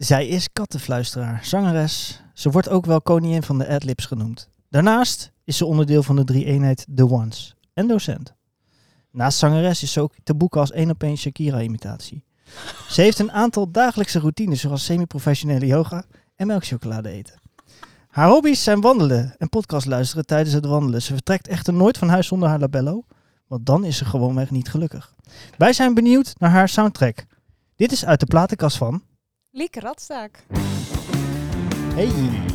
Zij is kattenfluisteraar, zangeres. Ze wordt ook wel koningin van de adlibs genoemd. Daarnaast is ze onderdeel van de 3-eenheid The Ones en docent. Naast zangeres is ze ook te boeken als 1-op-1 Shakira-imitatie. Ze heeft een aantal dagelijkse routines zoals semi-professionele yoga en melkchocolade eten. Haar hobby's zijn wandelen en podcast luisteren tijdens het wandelen. Ze vertrekt echter nooit van huis zonder haar labello, want dan is ze gewoonweg niet gelukkig. Wij zijn benieuwd naar haar soundtrack. Dit is uit de platenkast van... Lieke Radstaak. Hey.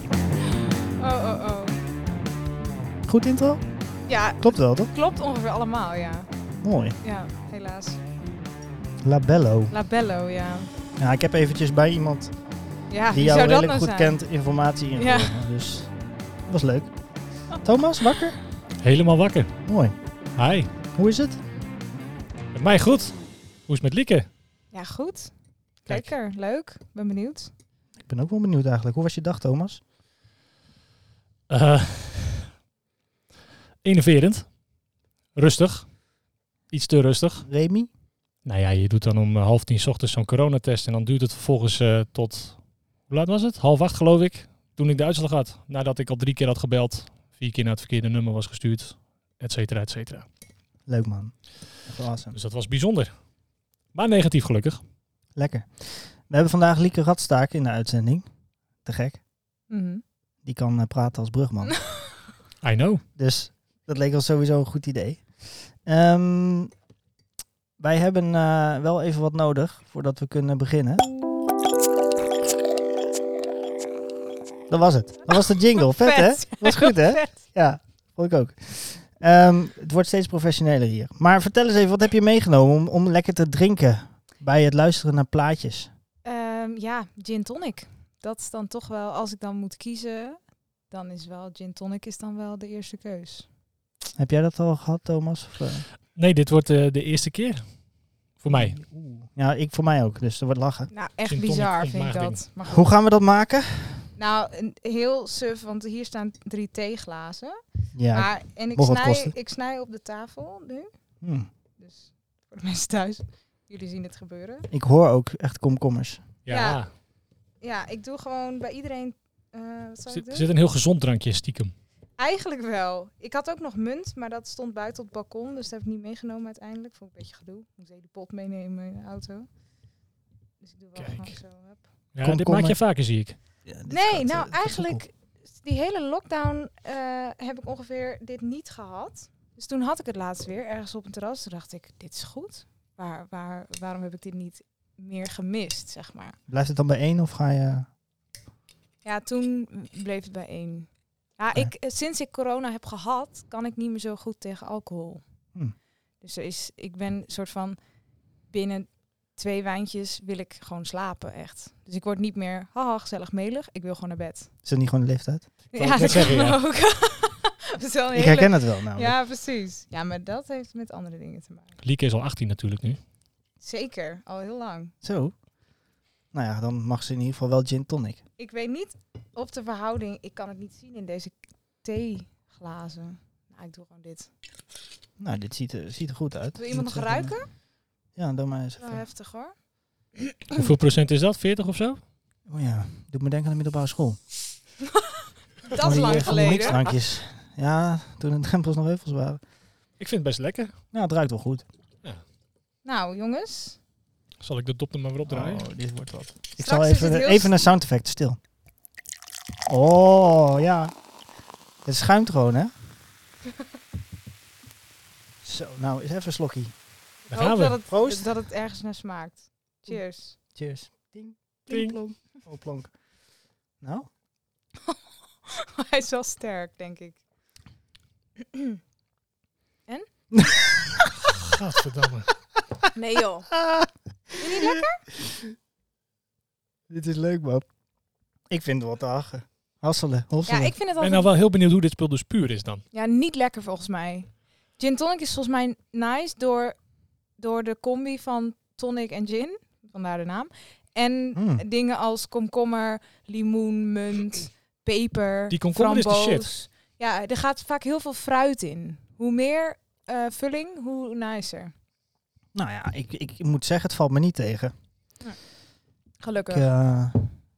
Oh. Goed intro? Ja, Klopt wel, toch? klopt ongeveer allemaal, ja. Mooi. Ja, helaas. Labello. Labello, ja. Ja, ik heb eventjes bij iemand Ja, die wie jou zou dat redelijk nou goed zijn? kent informatie ingevoerd. Ja. Dus dat was leuk. Thomas, wakker? Helemaal wakker. Mooi. Hi. Hoe is het? Met mij goed. Hoe is het met Lieke? Ja, goed. Kijk. Lekker, leuk. Ben benieuwd. Ik ben ook wel benieuwd eigenlijk. Hoe was je dag, Thomas? Innoverend. Rustig. Iets te rustig. Remy? Nou ja, je doet dan om 9:30 's ochtends zo'n coronatest. En dan duurt het vervolgens tot... Hoe laat was het? 7:30 geloof ik. Toen ik de uitslag had. Nadat ik al 3 keer had gebeld. 4 keer naar het verkeerde nummer was gestuurd. Et cetera, et cetera. Leuk, man. Echt awesome. Dus dat was bijzonder. Maar negatief gelukkig. Lekker. We hebben vandaag Lieke Radstaak in de uitzending. Te gek. Mhm. Die kan praten als brugman. I know. Dus dat leek ons sowieso een goed idee. Wij hebben wel even wat nodig voordat we kunnen beginnen. Dat was het. Dat was de jingle. Vet, hè? Dat was goed, hè? Vet. Ja, vond ik ook. Het wordt steeds professioneler hier. Maar vertel eens even, wat heb je meegenomen om lekker te drinken bij het luisteren naar plaatjes? Ja, gin tonic. Dat is dan toch wel, als ik dan moet kiezen, dan is wel gin tonic is dan wel de eerste keus. Heb jij dat al gehad, Thomas? Of, Nee, dit wordt de eerste keer. Voor mij. Ja, voor mij ook. Dus er wordt lachen. Nou, echt Gin tonic bizar vind ik ontmaagding. dat. Maar goed. Hoe gaan we dat maken? Nou, heel suf, want hier staan 3 theeglazen. Ja. Maar, en mocht wat kosten. ik snij op de tafel nu. Hm. Dus voor de mensen thuis, jullie zien het gebeuren. Ik hoor ook echt komkommers. Ja. Ja, ik doe gewoon bij iedereen... wat zal ik Er doen? zit een heel gezond drankje stiekem. Eigenlijk wel. Ik had ook nog munt, maar dat stond buiten op het balkon. Dus dat heb ik niet meegenomen uiteindelijk. Vond ik een beetje gedoe. Ik moest de pot meenemen in de auto. Dus ik doe wel Kijk. gewoon zo. Hup. Ja, dit Komkommer. maak je vaker, zie ik. Ja, Nee, nou eigenlijk... Die hele lockdown heb ik ongeveer dit niet gehad. Dus toen had ik het laatst weer ergens op een terras. Toen dacht ik, dit is goed. Waarom heb ik dit niet meer gemist, zeg maar. Blijft het dan bij 1 of ga je... Ja, toen bleef het bij 1. Ja, Ja. sinds ik corona heb gehad, kan ik niet meer zo goed tegen alcohol. Hm. Dus ik ben soort van binnen 2 wijntjes wil ik gewoon slapen, echt. Dus ik word niet meer, haha, gezellig melig. Ik wil gewoon naar bed. Is dat niet gewoon de leeftijd? wou Ja, ik net dat zeggen, kan ja. ook. Dat is wel een Ik hele- herken het wel namelijk. Ja, precies. Ja, maar dat heeft met andere dingen te maken. Lieke is al 18 natuurlijk nu. Zeker, al heel lang. Zo. Nou ja, dan mag ze in ieder geval wel gin tonic. Ik weet niet of de verhouding, ik kan het niet zien in deze theeglazen. Nou, ik doe gewoon dit. Nou, dit ziet er goed uit. Wil iemand Moet nog zeggen. ruiken? Ja, doe maar eens Wel even. heftig hoor. Hoeveel procent is dat? 40 of zo? Oh ja, doet me denken aan de middelbare school. Dat Van is die, lang van die geleden. mixdrankjes. Ja, toen de drempels nog heuvels waren. Ik vind het best lekker. Nou, het ruikt wel goed. Nou jongens, Zal ik de dop er maar weer opdraaien? Oh, dit wordt wat. Ik Straks zal is het heel even een sound effect stil. Oh, ja. Het schuimt gewoon, hè? Zo, nou, eens even een slokkie. ik Daar hoop gaan we. Proost. dat het ergens naar smaakt. Cheers. Cheers. Ding, Ding. ding, plonk. Oh, plonk. Nou? Hij is wel sterk, denk ik. Gadverdamme. Nee joh. Vind je niet lekker? Dit is leuk, man. Ik vind het wat te hachen. Hasselen, Ja, hosselen. ik vind het Ik ben altijd nou wel heel benieuwd hoe dit spul dus puur is dan. ja, niet lekker volgens mij. Gin tonic is volgens mij nice door de combi van tonic en gin. Vandaar de naam. En dingen als komkommer, limoen, munt, peper, Die komkommer is de framboos. Ja, er gaat vaak heel veel fruit in. Hoe meer vulling, hoe nicer. Nou ja, ik moet zeggen, het valt me niet tegen. Gelukkig.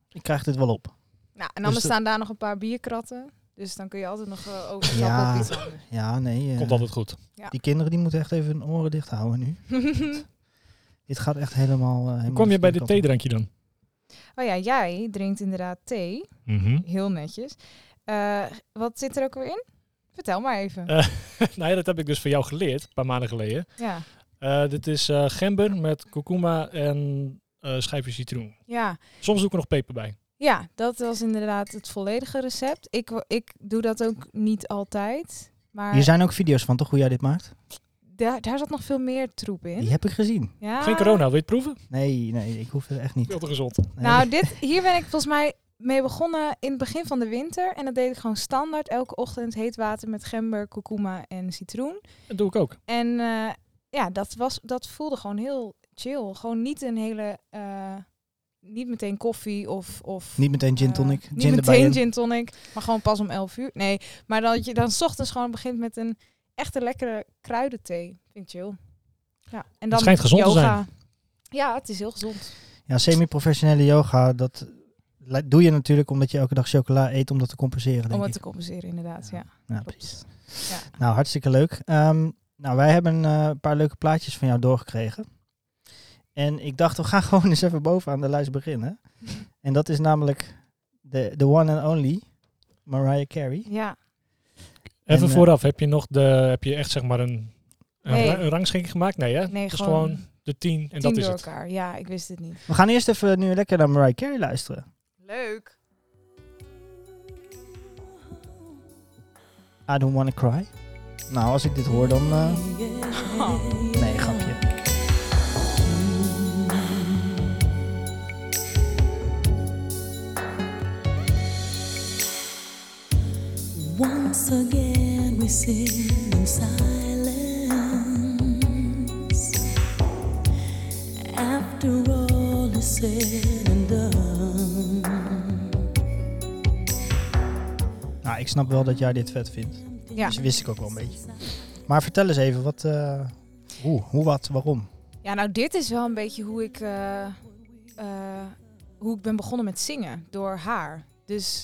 Ik krijg dit wel op. Nou, en anders staan daar nog een paar bierkratten. Dus dan kun je altijd nog overstappen op iets anders. Ja, nee. Komt altijd goed. Ja. Die kinderen die moeten echt even hun oren dicht houden nu. Dit gaat echt helemaal... Hoe kom je bij dit theedrankje dan? Oh ja, jij drinkt inderdaad thee. Heel netjes. Wat zit er ook weer in? Vertel maar even. Nou ja, dat heb ik dus van jou geleerd, een paar maanden geleden. Ja. Dit is gember met kurkuma en schijfjes citroen. Ja. Soms doe ik er nog peper bij. Ja, dat was inderdaad het volledige recept. Ik doe dat ook niet altijd. Maar hier zijn ook video's van, toch, hoe jij dit maakt? Daar zat nog veel meer troep in. Die heb ik gezien. Ja. Geen corona, wil je het proeven? Nee, ik hoef het echt niet. Veel te gezond. Nee. Nou, hier ben ik volgens mij mee begonnen in het begin van de winter. En dat deed ik gewoon standaard elke ochtend heet water met gember, kurkuma en citroen. Dat doe ik ook. En ja, dat voelde gewoon heel chill. Gewoon niet een hele... niet meteen koffie of niet meteen gin tonic. Niet meteen gin tonic, maar gewoon pas om 11 uur. Nee, maar dat je dan 's ochtends gewoon begint met een echte lekkere kruidenthee. Vind ik chill. Ja. En dan het schijnt gezond yoga. te zijn. Ja, het is heel gezond. Ja, semi-professionele yoga, dat doe je natuurlijk omdat je elke dag chocola eet om dat te compenseren, denk om het ik. te compenseren, inderdaad. Ja, precies. Ja. Nou, hartstikke leuk. Nou, wij hebben een paar leuke plaatjes van jou doorgekregen. En ik dacht, we gaan gewoon eens even bovenaan de lijst beginnen. En dat is namelijk de one and only Mariah Carey. Ja. Even vooraf, heb je echt zeg maar een rangschikking gemaakt? Nee, hè? Nee, het is gewoon de 10 en dat is door het. elkaar. Ja, ik wist het niet. We gaan eerst even nu lekker naar Mariah Carey luisteren. Leuk. I Don't Wanna Cry. Nou, als ik dit hoor, dan... Nee, grapje. Once again we sing in silence. After all is said and done. Nou, ik snap wel dat jij dit vet vindt. Ja. Dus wist ik ook wel een beetje. Maar vertel eens even, wat, hoe, wat, waarom? Ja, nou dit is wel een beetje hoe ik ben begonnen met zingen. Door haar. Dus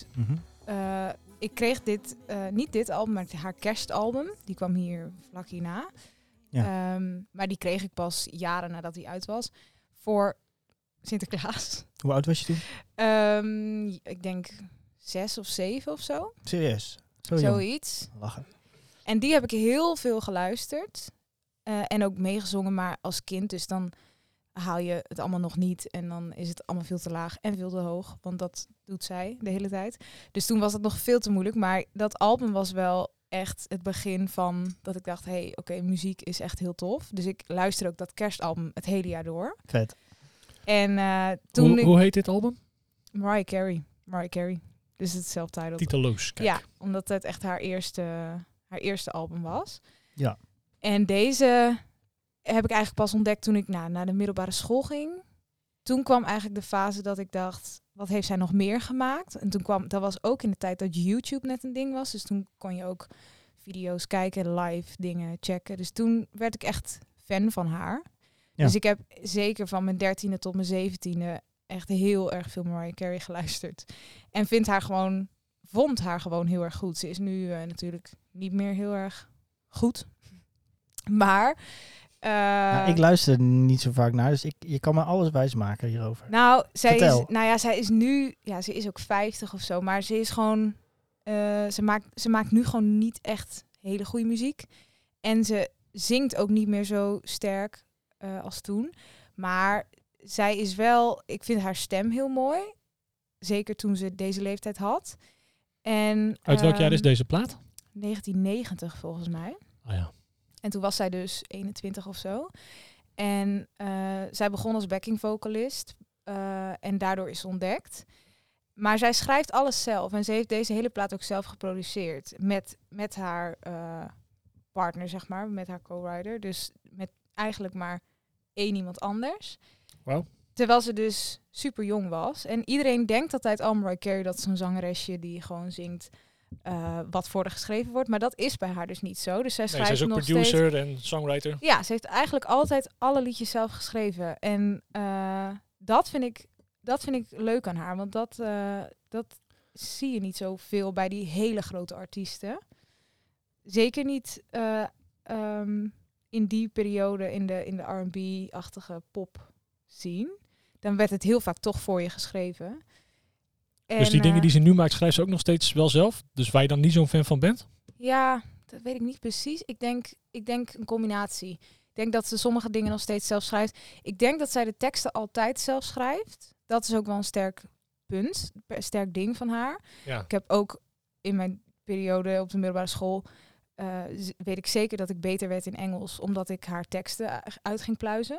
ik kreeg niet dit album, maar haar kerstalbum. Die kwam hier vlak hierna. Ja. Maar die kreeg ik pas jaren nadat die uit was. Voor Sinterklaas. Hoe oud was je toen? Ik denk 6 of 7 of zo. Serieus? Zoiets. Lachen. En die heb ik heel veel geluisterd. En ook meegezongen, maar als kind. Dus dan haal je het allemaal nog niet. En dan is het allemaal veel te laag en veel te hoog. Want dat doet zij de hele tijd. Dus toen was het nog veel te moeilijk. Maar dat album was wel echt het begin van dat ik dacht... Oké, muziek is echt heel tof. Dus ik luister ook dat kerstalbum het hele jaar door. Vet. En toen hoe heet dit album? Mariah Carey. Dus het self-titled. Titeloos, kijk. Ja, omdat het echt haar eerste album was. Ja. En deze heb ik eigenlijk pas ontdekt toen ik naar de middelbare school ging. Toen kwam eigenlijk de fase dat ik dacht, wat heeft zij nog meer gemaakt? En dat was ook in de tijd dat YouTube net een ding was. Dus toen kon je ook video's kijken, live dingen checken. Dus toen werd ik echt fan van haar. Ja. Dus ik heb zeker van mijn 13e tot mijn 17e echt heel erg veel Mariah Carey geluisterd. En vond haar gewoon heel erg goed. Ze is nu natuurlijk niet meer heel erg goed. Maar... ik luister niet zo vaak naar, dus je kan me alles wijsmaken hierover. Nou, zij is nu... Ja, ze is ook 50 of zo, maar ze is gewoon... Ze maakt nu gewoon niet echt hele goede muziek. En ze zingt ook niet meer zo sterk als toen. Maar zij is wel... Ik vind haar stem heel mooi. Zeker toen ze deze leeftijd had. En, uit welk jaar is deze plaat? 1990 volgens mij. Oh ja. En toen was zij dus 21 of zo. En zij begon als backing vocalist. En daardoor is ze ontdekt. Maar zij schrijft alles zelf. En ze heeft deze hele plaat ook zelf geproduceerd. Met haar partner, zeg maar. Met haar co-writer. Dus met eigenlijk maar 1 iemand anders. Wauw. Terwijl ze dus super jong was. En iedereen denkt altijd, Mariah Carey, dat is zo'n zangeresje die gewoon zingt wat voor haar geschreven wordt. Maar dat is bij haar dus niet zo. Dus zij schrijft zij is ook nog producer steeds... en songwriter. Ja, ze heeft eigenlijk altijd alle liedjes zelf geschreven. En dat vind ik dat vind ik leuk aan haar. Want dat zie je niet zoveel bij die hele grote artiesten. Zeker niet in die periode in de R&B-achtige pop scene. Dan werd het heel vaak toch voor je geschreven. En, dus die dingen die ze nu maakt, schrijft ze ook nog steeds wel zelf? Dus waar je dan niet zo'n fan van bent? Ja, dat weet ik niet precies. Ik denk een combinatie. Ik denk dat ze sommige dingen nog steeds zelf schrijft. Ik denk dat zij de teksten altijd zelf schrijft. Dat is ook wel een sterk punt, een sterk ding van haar. Ja. Ik heb ook in mijn periode op de middelbare school... weet ik zeker dat ik beter werd in Engels, omdat ik haar teksten uit ging pluizen.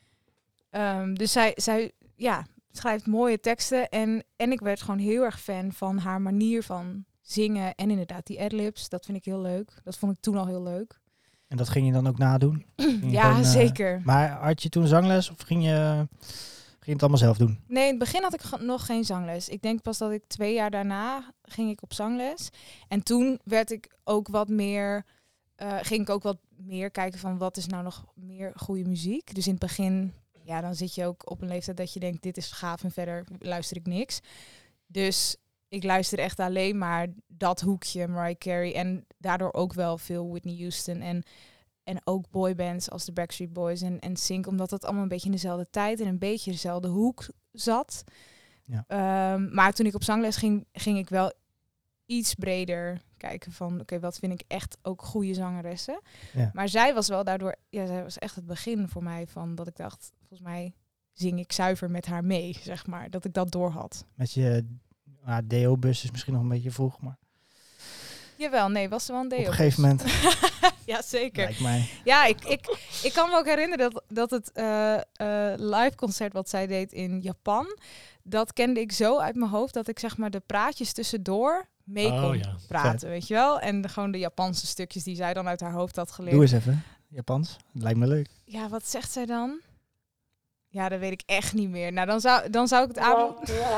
Dus zij schrijft mooie teksten en ik werd gewoon heel erg fan van haar manier van zingen en inderdaad die adlibs. Dat vind ik heel leuk. Dat vond ik toen al heel leuk. En dat ging je dan ook nadoen? Ja, gewoon, zeker. Maar had je toen zangles of ging je het allemaal zelf doen? Nee, in het begin had ik nog geen zangles. Ik denk pas dat ik 2 jaar daarna ging ik op zangles. En toen werd ik ook wat meer... ging ik ook wat meer kijken van wat is nou nog meer goede muziek. Dus in het begin, ja, dan zit je ook op een leeftijd dat je denkt, dit is gaaf en verder luister ik niks. Dus ik luisterde echt alleen maar dat hoekje, Mariah Carey. En daardoor ook wel veel Whitney Houston en ook boybands als de Backstreet Boys en Sync. Omdat dat allemaal een beetje in dezelfde tijd en een beetje dezelfde hoek zat. Ja. Maar toen ik op zangles ging ik wel iets breder kijken van oké, wat vind ik echt ook goede zangeressen. Ja. Maar zij was wel daardoor, zij was echt het begin voor mij van dat ik dacht, volgens mij zing ik zuiver met haar mee, zeg maar. Dat ik dat door had. Met je DO-bus is misschien nog een beetje vroeg, maar... Jawel, nee, was er wel een DO-bus. Op een gegeven moment. Ja, zeker. Lijkt mij. Ja, ik kan me ook herinneren dat het live concert wat zij deed in Japan, dat kende ik zo uit mijn hoofd dat ik zeg maar de praatjes tussendoor mee kon praten, vet. Weet je wel? En gewoon de Japanse stukjes die zij dan uit haar hoofd had geleerd. Doe eens even, Japans. Het lijkt me leuk. Ja, wat zegt zij dan? Ja, dat weet ik echt niet meer. Nou, dan zou ik het aan...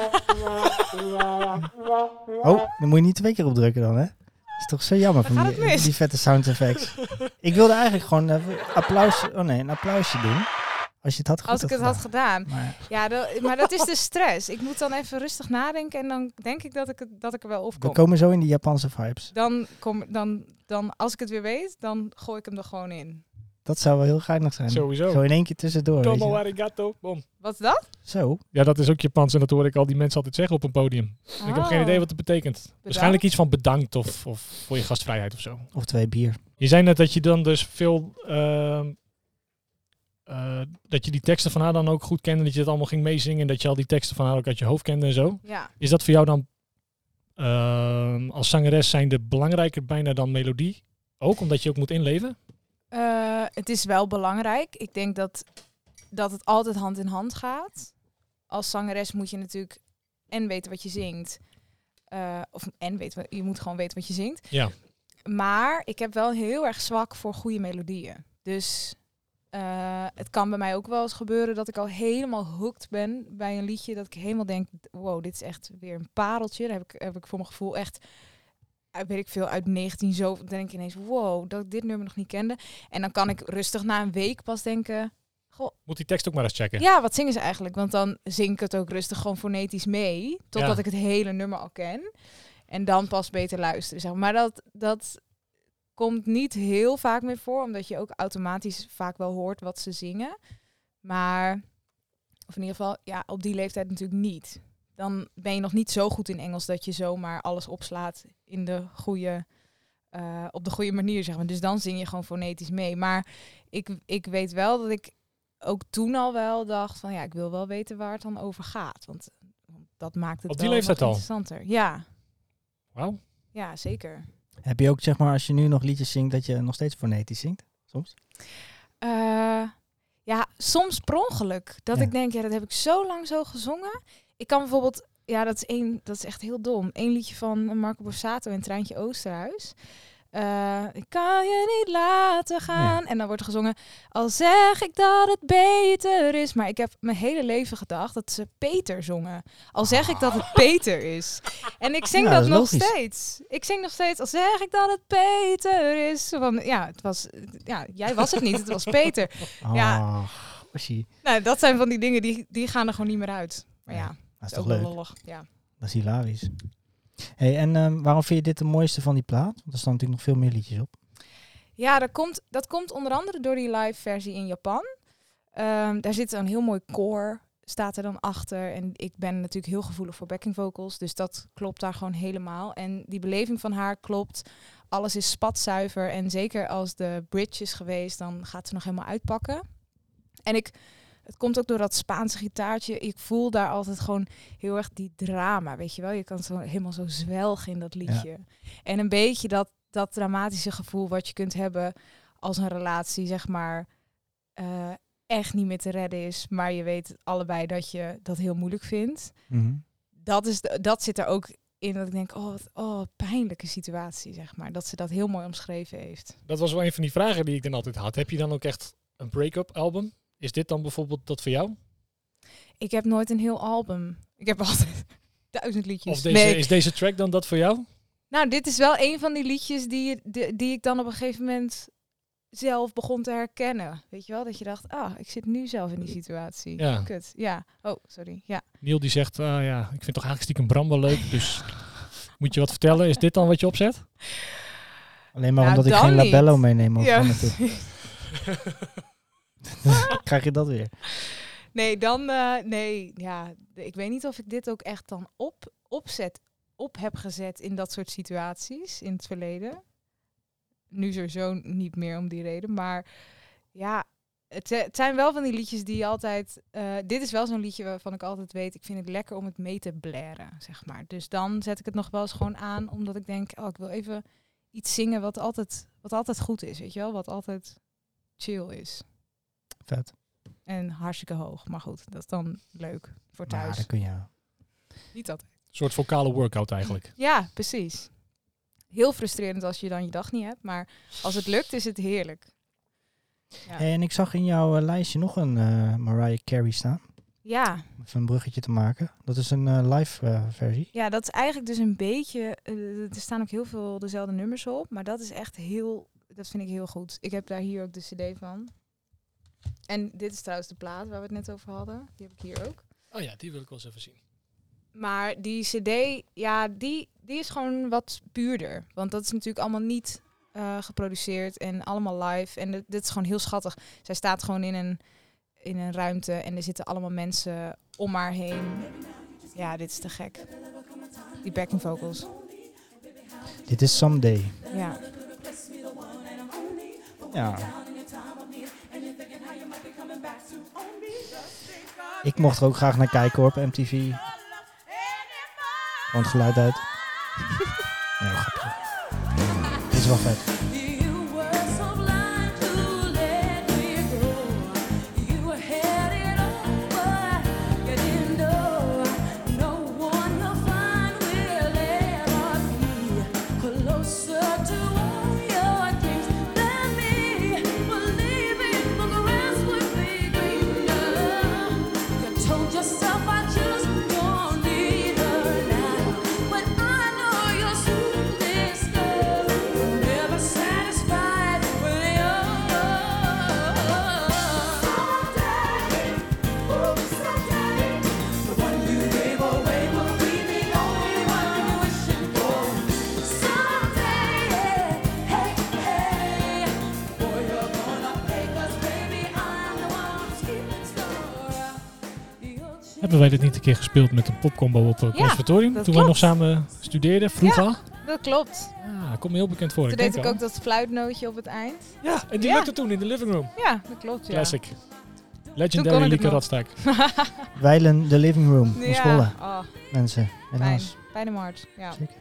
Oh, dan moet je niet 2 keer opdrukken dan, hè? Dat is toch zo jammer van die vette sound effects. Ik wilde eigenlijk gewoon een applausje doen. Als je het had Als ik het had gedaan. Maar dat is de stress. Ik moet dan even rustig nadenken en dan denk ik dat ik er wel op kom. We komen zo in die Japanse vibes. Dan als ik het weer weet, dan gooi ik hem er gewoon in. Dat zou wel heel geinig zijn. Sowieso. Zo in 1 keer tussendoor. Tomo arigato. Bom. Wat is dat? Zo. Ja, dat is ook Japans en dat hoor ik al die mensen altijd zeggen op een podium. Ik heb geen idee wat het betekent. Bedankt? Waarschijnlijk iets van bedankt of voor je gastvrijheid of zo. Of 2 bier. Je zei net dat je dan dus veel... dat je die teksten van haar dan ook goed kende, dat je dat allemaal ging meezingen en dat je al die teksten van haar ook uit je hoofd kende en zo. Ja. Is dat voor jou dan als zangeres zijnde belangrijker bijna dan melodie? Ook omdat je ook moet inleven? Het is wel belangrijk. Ik denk dat het altijd hand in hand gaat. Als zangeres moet je natuurlijk en weten wat je zingt. Je moet gewoon weten wat je zingt. Ja. Maar ik heb wel heel erg zwak voor goede melodieën. Dus het kan bij mij ook wel eens gebeuren dat ik al helemaal hooked ben bij een liedje. Dat ik helemaal denk, wow, dit is echt weer een pareltje. Daar heb ik voor mijn gevoel echt... weet ik veel, uit 19 zo, dan denk ik ineens, wow, dat ik dit nummer nog niet kende. En dan kan ik rustig na een week pas denken, goh. Moet die tekst ook maar eens checken. Ja, wat zingen ze eigenlijk? Want dan zing ik het ook rustig gewoon fonetisch mee, totdat ik het hele nummer al ken. En dan pas beter luisteren, zeg maar. Maar dat komt niet heel vaak meer voor, omdat je ook automatisch vaak wel hoort wat ze zingen. Maar, of in ieder geval, ja, op die leeftijd natuurlijk niet. Dan ben je nog niet zo goed in Engels dat je zomaar alles opslaat in de goede, op de goede manier, zeg maar. Dus dan zing je gewoon fonetisch mee. Maar ik weet wel dat ik ook toen al wel dacht van ja, ik wil wel weten waar het dan over gaat. Want dat maakt het op die wel leeftijd interessanter. Ja. Wauw. Ja, zeker. Heb je ook, zeg maar, als je nu nog liedjes zingt, dat je nog steeds fonetisch zingt? Soms? Ja, soms per ongeluk. Dat ik denk, ja, dat heb ik zo lang zo gezongen. Ik kan bijvoorbeeld, ja, dat is echt heel dom. 1 liedje van Marco Borsato en Treintje Oosterhuis. Ik kan je niet laten gaan. Ja. En dan wordt er gezongen, al zeg ik dat het beter is. Maar ik heb mijn hele leven gedacht dat ze Peter zongen. Al zeg ik dat het Peter is. En ik zing dat nog steeds. Ik zing nog steeds, al zeg ik dat het Peter is. Van, jij was het niet, het was Peter. Ja. Zie. Nou, dat zijn van die dingen die gaan er gewoon niet meer uit. Maar Ja, ja, Dat is het is toch ook wel leuk? lollig. Ja. Dat is hilarisch. Hey, en waarom vind je dit de mooiste van die plaat? Want er staan natuurlijk nog veel meer liedjes op. Ja, dat komt onder andere door die live versie in Japan. Daar zit een heel mooi koor, staat er dan achter. En ik ben natuurlijk heel gevoelig voor backing vocals. Dus dat klopt daar gewoon helemaal. En die beleving van haar klopt. Alles is spatzuiver. En zeker als de bridge is geweest, dan gaat ze nog helemaal uitpakken. En het komt ook door dat Spaanse gitaartje. Ik voel daar altijd gewoon heel erg die drama, weet je wel. Je kan zo helemaal zo zwelgen in dat liedje. Ja. En een beetje dat dramatische gevoel wat je kunt hebben als een relatie, zeg maar, echt niet meer te redden is. Maar je weet allebei dat je dat heel moeilijk vindt. Mm-hmm. Dat zit er ook in dat ik denk, pijnlijke situatie, zeg maar. Dat ze dat heel mooi omschreven heeft. Dat was wel een van die vragen die ik dan altijd had. Heb je dan ook echt een break-up album? Is dit dan bijvoorbeeld dat voor jou? Ik heb nooit een heel album. Ik heb altijd 1000 liedjes. Of is deze track dan dat voor jou? Nou, dit is wel een van die liedjes die ik dan op een gegeven moment zelf begon te herkennen. Weet je wel? Dat je dacht, ik zit nu zelf in die situatie. Ja. Kut. Ja. Oh, sorry. Ja. Neil die zegt, ik vind toch eigenlijk stiekem Bram wel leuk. Dus moet je wat vertellen? Is dit dan wat je opzet? Alleen maar omdat ik geen Labello meeneem. Of ja. Krijg je dat weer? Nee, dan... nee, ja. Ik weet niet of ik dit ook echt dan op heb gezet in dat soort situaties in het verleden. Nu sowieso niet meer om die reden. Maar ja, het zijn wel van die liedjes die altijd... dit is wel zo'n liedje waarvan ik altijd weet, ik vind het lekker om het mee te blaren, zeg maar. Dus dan zet ik het nog wel eens gewoon aan, omdat ik denk, ik wil even iets zingen wat altijd goed is, weet je wel? Wat altijd chill is. Vet. En hartstikke hoog. Maar goed, dat is dan leuk voor thuis. Ja, dat kun je. Niet altijd. Een soort vocale workout eigenlijk. Ja, precies. Heel frustrerend als je dan je dag niet hebt. Maar als het lukt, is het heerlijk. Ja. Hey, en ik zag in jouw lijstje nog een Mariah Carey staan. Ja. Even een bruggetje te maken. Dat is een live versie. Ja, dat is eigenlijk dus een beetje... er staan ook heel veel dezelfde nummers op. Maar dat is echt dat vind ik heel goed. Ik heb daar hier ook de cd van. En dit is trouwens de plaat waar we het net over hadden. Die heb ik hier ook. Oh ja, die wil ik wel eens even zien. Maar die cd, ja, die is gewoon wat puurder. Want dat is natuurlijk allemaal niet geproduceerd en allemaal live. En dit is gewoon heel schattig. Zij staat gewoon in een ruimte en er zitten allemaal mensen om haar heen. Ja, dit is te gek. Die backing vocals. Dit is Someday. Ja. Ja. Ik mocht er ook graag naar kijken hoor, op MTV. Gewoon het geluid uit. Nee, grappig. Dit is wel vet. Hebben wij dit niet een keer gespeeld met een popcombo op het conservatorium? Toen wij nog samen studeerden, vroeger? Ja, dat klopt. Ja, komt me heel bekend voor. Toen deed ik ook dat fluitnootje op het eind. Ja, en die lukte toen in de living room. Ja, dat klopt, ja. Classic. Legendary Lieke Radstaak. Wijlen de living room in Zwolle. Oh, mensen, helaas. Pijn in mijn hart, ja. Zeker.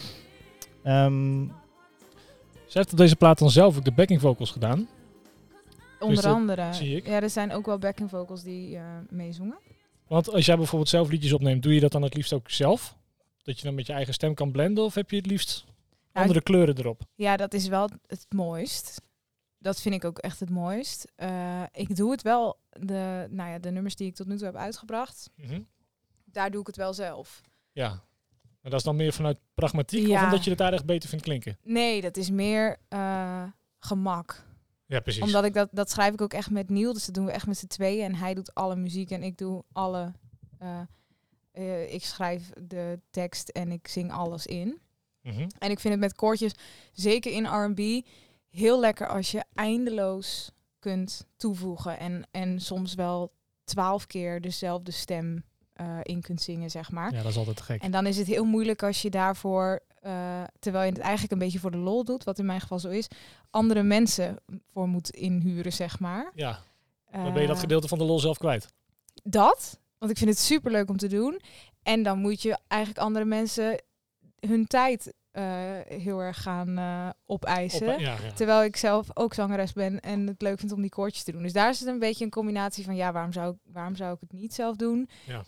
Ze heeft op deze plaat dan zelf ook de backing vocals gedaan. Onder andere. Zie ik. Ja, er zijn ook wel backing vocals die meezongen. Want als jij bijvoorbeeld zelf liedjes opneemt, doe je dat dan het liefst ook zelf? Dat je dan met je eigen stem kan blenden? Of heb je het liefst andere kleuren erop? Ja, dat is wel het mooist. Dat vind ik ook echt het mooist. Ik doe het wel, de nummers die ik tot nu toe heb uitgebracht, daar doe ik het wel zelf. Ja, maar dat is dan meer vanuit pragmatiek of omdat je het daar echt beter vindt klinken? Nee, dat is meer gemak. Ja, precies. Omdat dat schrijf ik ook echt met Neil, dus dat doen we echt met z'n tweeën. En hij doet alle muziek en ik doe alle Ik schrijf de tekst en ik zing alles in. Mhm. En ik vind het met koortjes, zeker in R&B, heel lekker als je eindeloos kunt toevoegen. En soms wel 12 keer dezelfde stem in kunt zingen, zeg maar. Ja, dat is altijd gek. En dan is het heel moeilijk als je daarvoor, terwijl je het eigenlijk een beetje voor de lol doet, wat in mijn geval zo is, andere mensen voor moet inhuren, zeg maar. Ja, dan ben je dat gedeelte van de lol zelf kwijt. Dat, want ik vind het superleuk om te doen. En dan moet je eigenlijk andere mensen hun tijd heel erg gaan opeisen. Ja. Terwijl ik zelf ook zangeres ben en het leuk vind om die koortjes te doen. Dus daar is het een beetje een combinatie van, ja, waarom zou ik het niet zelf doen? Ja.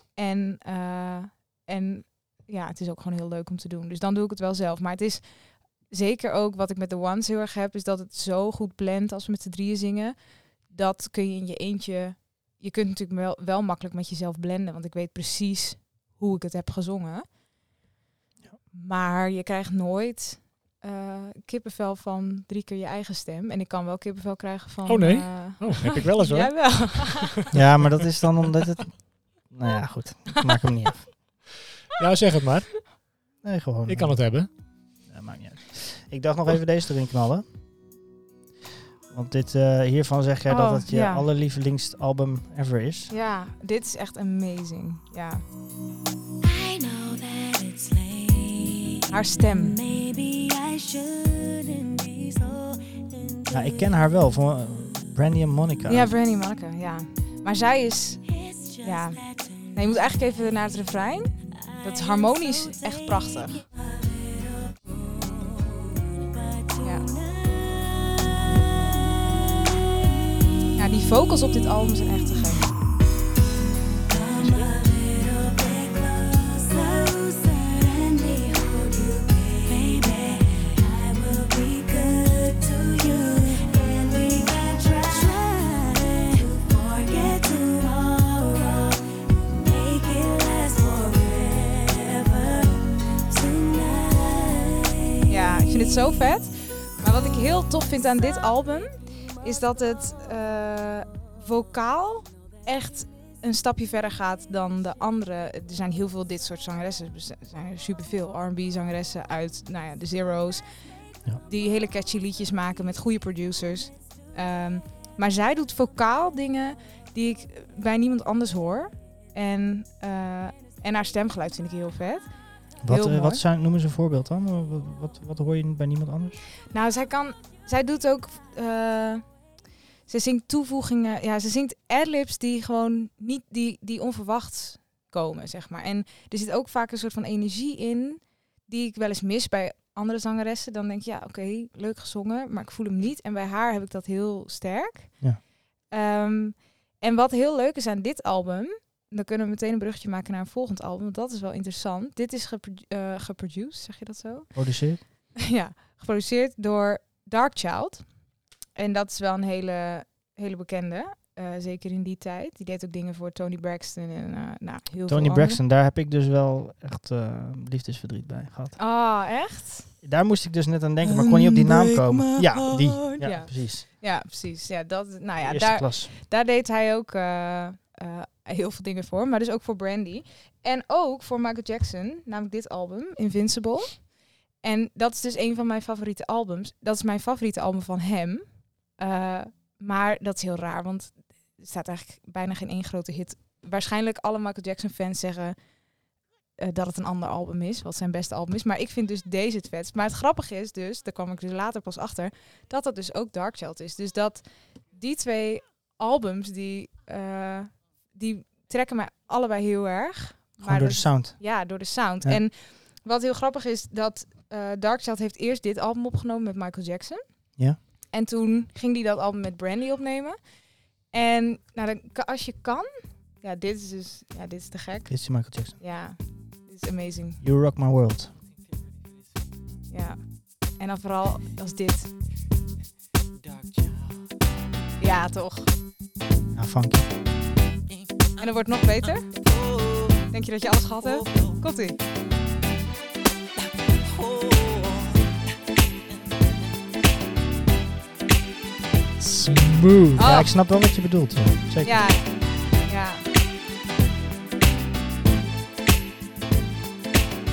En ja, het is ook gewoon heel leuk om te doen. Dus dan doe ik het wel zelf. Maar het is zeker ook wat ik met de Ones heel erg heb, is dat het zo goed blendt als we met z'n drieën zingen. Dat kun je in je eentje... Je kunt natuurlijk wel makkelijk met jezelf blenden, want ik weet precies hoe ik het heb gezongen. Ja. Maar je krijgt nooit kippenvel van 3 keer je eigen stem. En ik kan wel kippenvel krijgen van... Oh nee? Heb ik wel eens hoor. Jij wel. Ja, maar dat is dan omdat het... Nou ja, goed. Ik maak hem niet af. Ja, zeg het maar. Nee, gewoon... Ik kan het hebben. Ja, maakt niet uit. Ik dacht nog even deze erin knallen. Want hiervan zeg jij dat het je allerlievelingsalbum ever is. Ja, dit is echt amazing. Ja. Haar stem. Ja, ik ken haar wel van Brandy en Monica. Ja, Brandy en Monica, ja. Maar zij is... Ja. Nee, je moet eigenlijk even naar het refrein. Dat is harmonisch echt prachtig. Ja. Ja, die vocals op dit album zijn echt te gek. Ja, ik vind het zo vet. Maar wat ik heel tof vind aan dit album is dat het vocaal echt een stapje verder gaat dan de andere. Er zijn heel veel dit soort zangeressen. Er zijn superveel R&B zangeressen uit de Zero's. Ja. Die hele catchy liedjes maken met goede producers. Maar zij doet vocaal dingen die ik bij niemand anders hoor. En haar stemgeluid vind ik heel vet. Noemen ze een voorbeeld dan? Wat hoor je bij niemand anders? Nou, zij doet ook... Ze zingt toevoegingen... Ja, ze zingt adlibs die gewoon niet... Die onverwacht komen, zeg maar. En er zit ook vaak een soort van energie in... die ik wel eens mis bij andere zangeressen. Dan denk je, ja, oké, leuk gezongen... maar ik voel hem niet. En bij haar heb ik dat heel sterk. Ja. En wat heel leuk is aan dit album... Dan kunnen we meteen een bruggetje maken naar een volgend album. Want dat is wel interessant. Dit is geproduced, zeg je dat zo? Geproduceerd? Ja, geproduceerd door Darkchild. En dat is wel een hele bekende. Zeker in die tijd. Die deed ook dingen voor Toni Braxton en heel veel Toni Braxton, daar heb ik dus wel echt liefdesverdriet bij gehad. Ah, echt? Daar moest ik dus net aan denken, maar kon niet op die naam komen. Ja, die. Ja, precies. Ja, precies. Ja, dat, nou ja, daar deed hij ook heel veel dingen voor. Maar dus ook voor Brandy. En ook voor Michael Jackson, namelijk dit album, Invincible. En dat is dus een van mijn favoriete albums. Dat is mijn favoriete album van hem. Maar dat is heel raar, want er staat eigenlijk bijna geen één grote hit. Waarschijnlijk alle Michael Jackson fans zeggen dat het een ander album is, wat zijn beste album is. Maar ik vind dus deze het vetst. Maar het grappige is dus, daar kwam ik dus later pas achter, dat dat dus ook Darkchild is. Dus dat die twee albums, die trekken mij allebei heel erg. Gewoon door de sound. Ja, door de sound. Ja. En wat heel grappig is, dat Darkchild heeft eerst dit album opgenomen met Michael Jackson. Ja. En toen ging hij dat album met Brandy opnemen. En nou, als je kan... Ja, dit is dus... Ja, dit is te gek. Dit is Michael Jackson. Ja, dit is amazing. You rock my world. Ja. En dan vooral als dit. Ja, toch. Ja, funky. En dat wordt nog beter. Denk je dat je alles gehad hebt? Komt-ie. Smooth. Ja, ik snap wel wat je bedoelt. Zeker. Ja. Ja.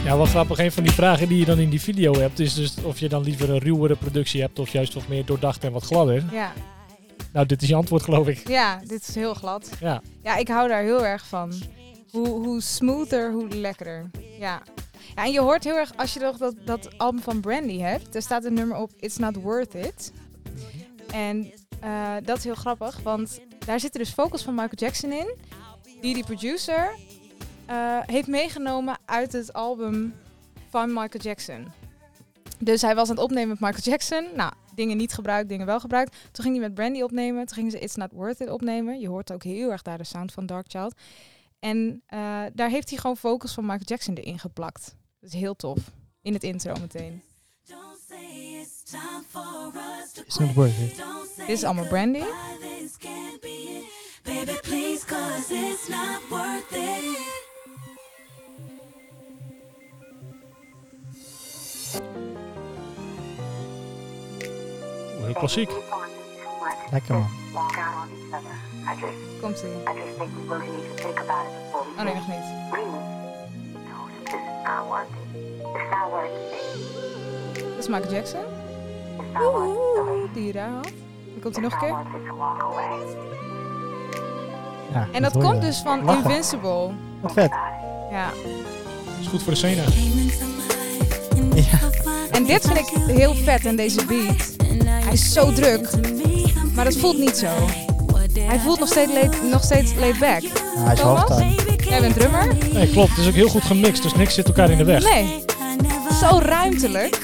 Ja, wat grappig. Een van die vragen die je dan in die video hebt, is dus of je dan liever een ruwere productie hebt of juist wat meer doordacht en wat gladder. Ja. Nou, dit is je antwoord, geloof ik. Ja, dit is heel glad. Ja. Ja, ik hou daar heel erg van. Hoe smoother, hoe lekkerder. Ja. Ja, en je hoort heel erg, als je nog dat album van Brandy hebt, er staat een nummer op It's Not Worth It. En dat is heel grappig, want daar zitten dus vocals van Michael Jackson in, die producer heeft meegenomen uit het album van Michael Jackson. Dus hij was aan het opnemen met Michael Jackson. Nou, dingen niet gebruikt, dingen wel gebruikt. Toen ging hij met Brandy opnemen. Toen gingen ze It's Not Worth It opnemen. Je hoort ook heel erg daar de sound van Dark Child. En daar heeft hij gewoon vocals van Michael Jackson erin geplakt. Dat is heel tof. In het intro meteen. It's Not Worth It. Dit is allemaal Brandy. Baby, please, 'cause it's not worth it. Heel klassiek. Lekker man. Komt ie. Oh nee, nog niet. Dat is Michael Jackson. Die je daar had. Dan komt hij nog een keer. Ja, En dat hoor je komt wel. dus van Lachen. Invincible. Wat vet. Ja. Is goed voor de scène. Ja. En dit vind ik heel vet in deze beat. Hij is zo druk, maar het voelt niet zo. Hij voelt nog steeds laid back. Ja, hij is Thomas? halftime. Jij bent drummer? Nee, klopt. Het is ook heel goed gemixt, dus niks zit elkaar in de weg. Nee. Zo ruimtelijk.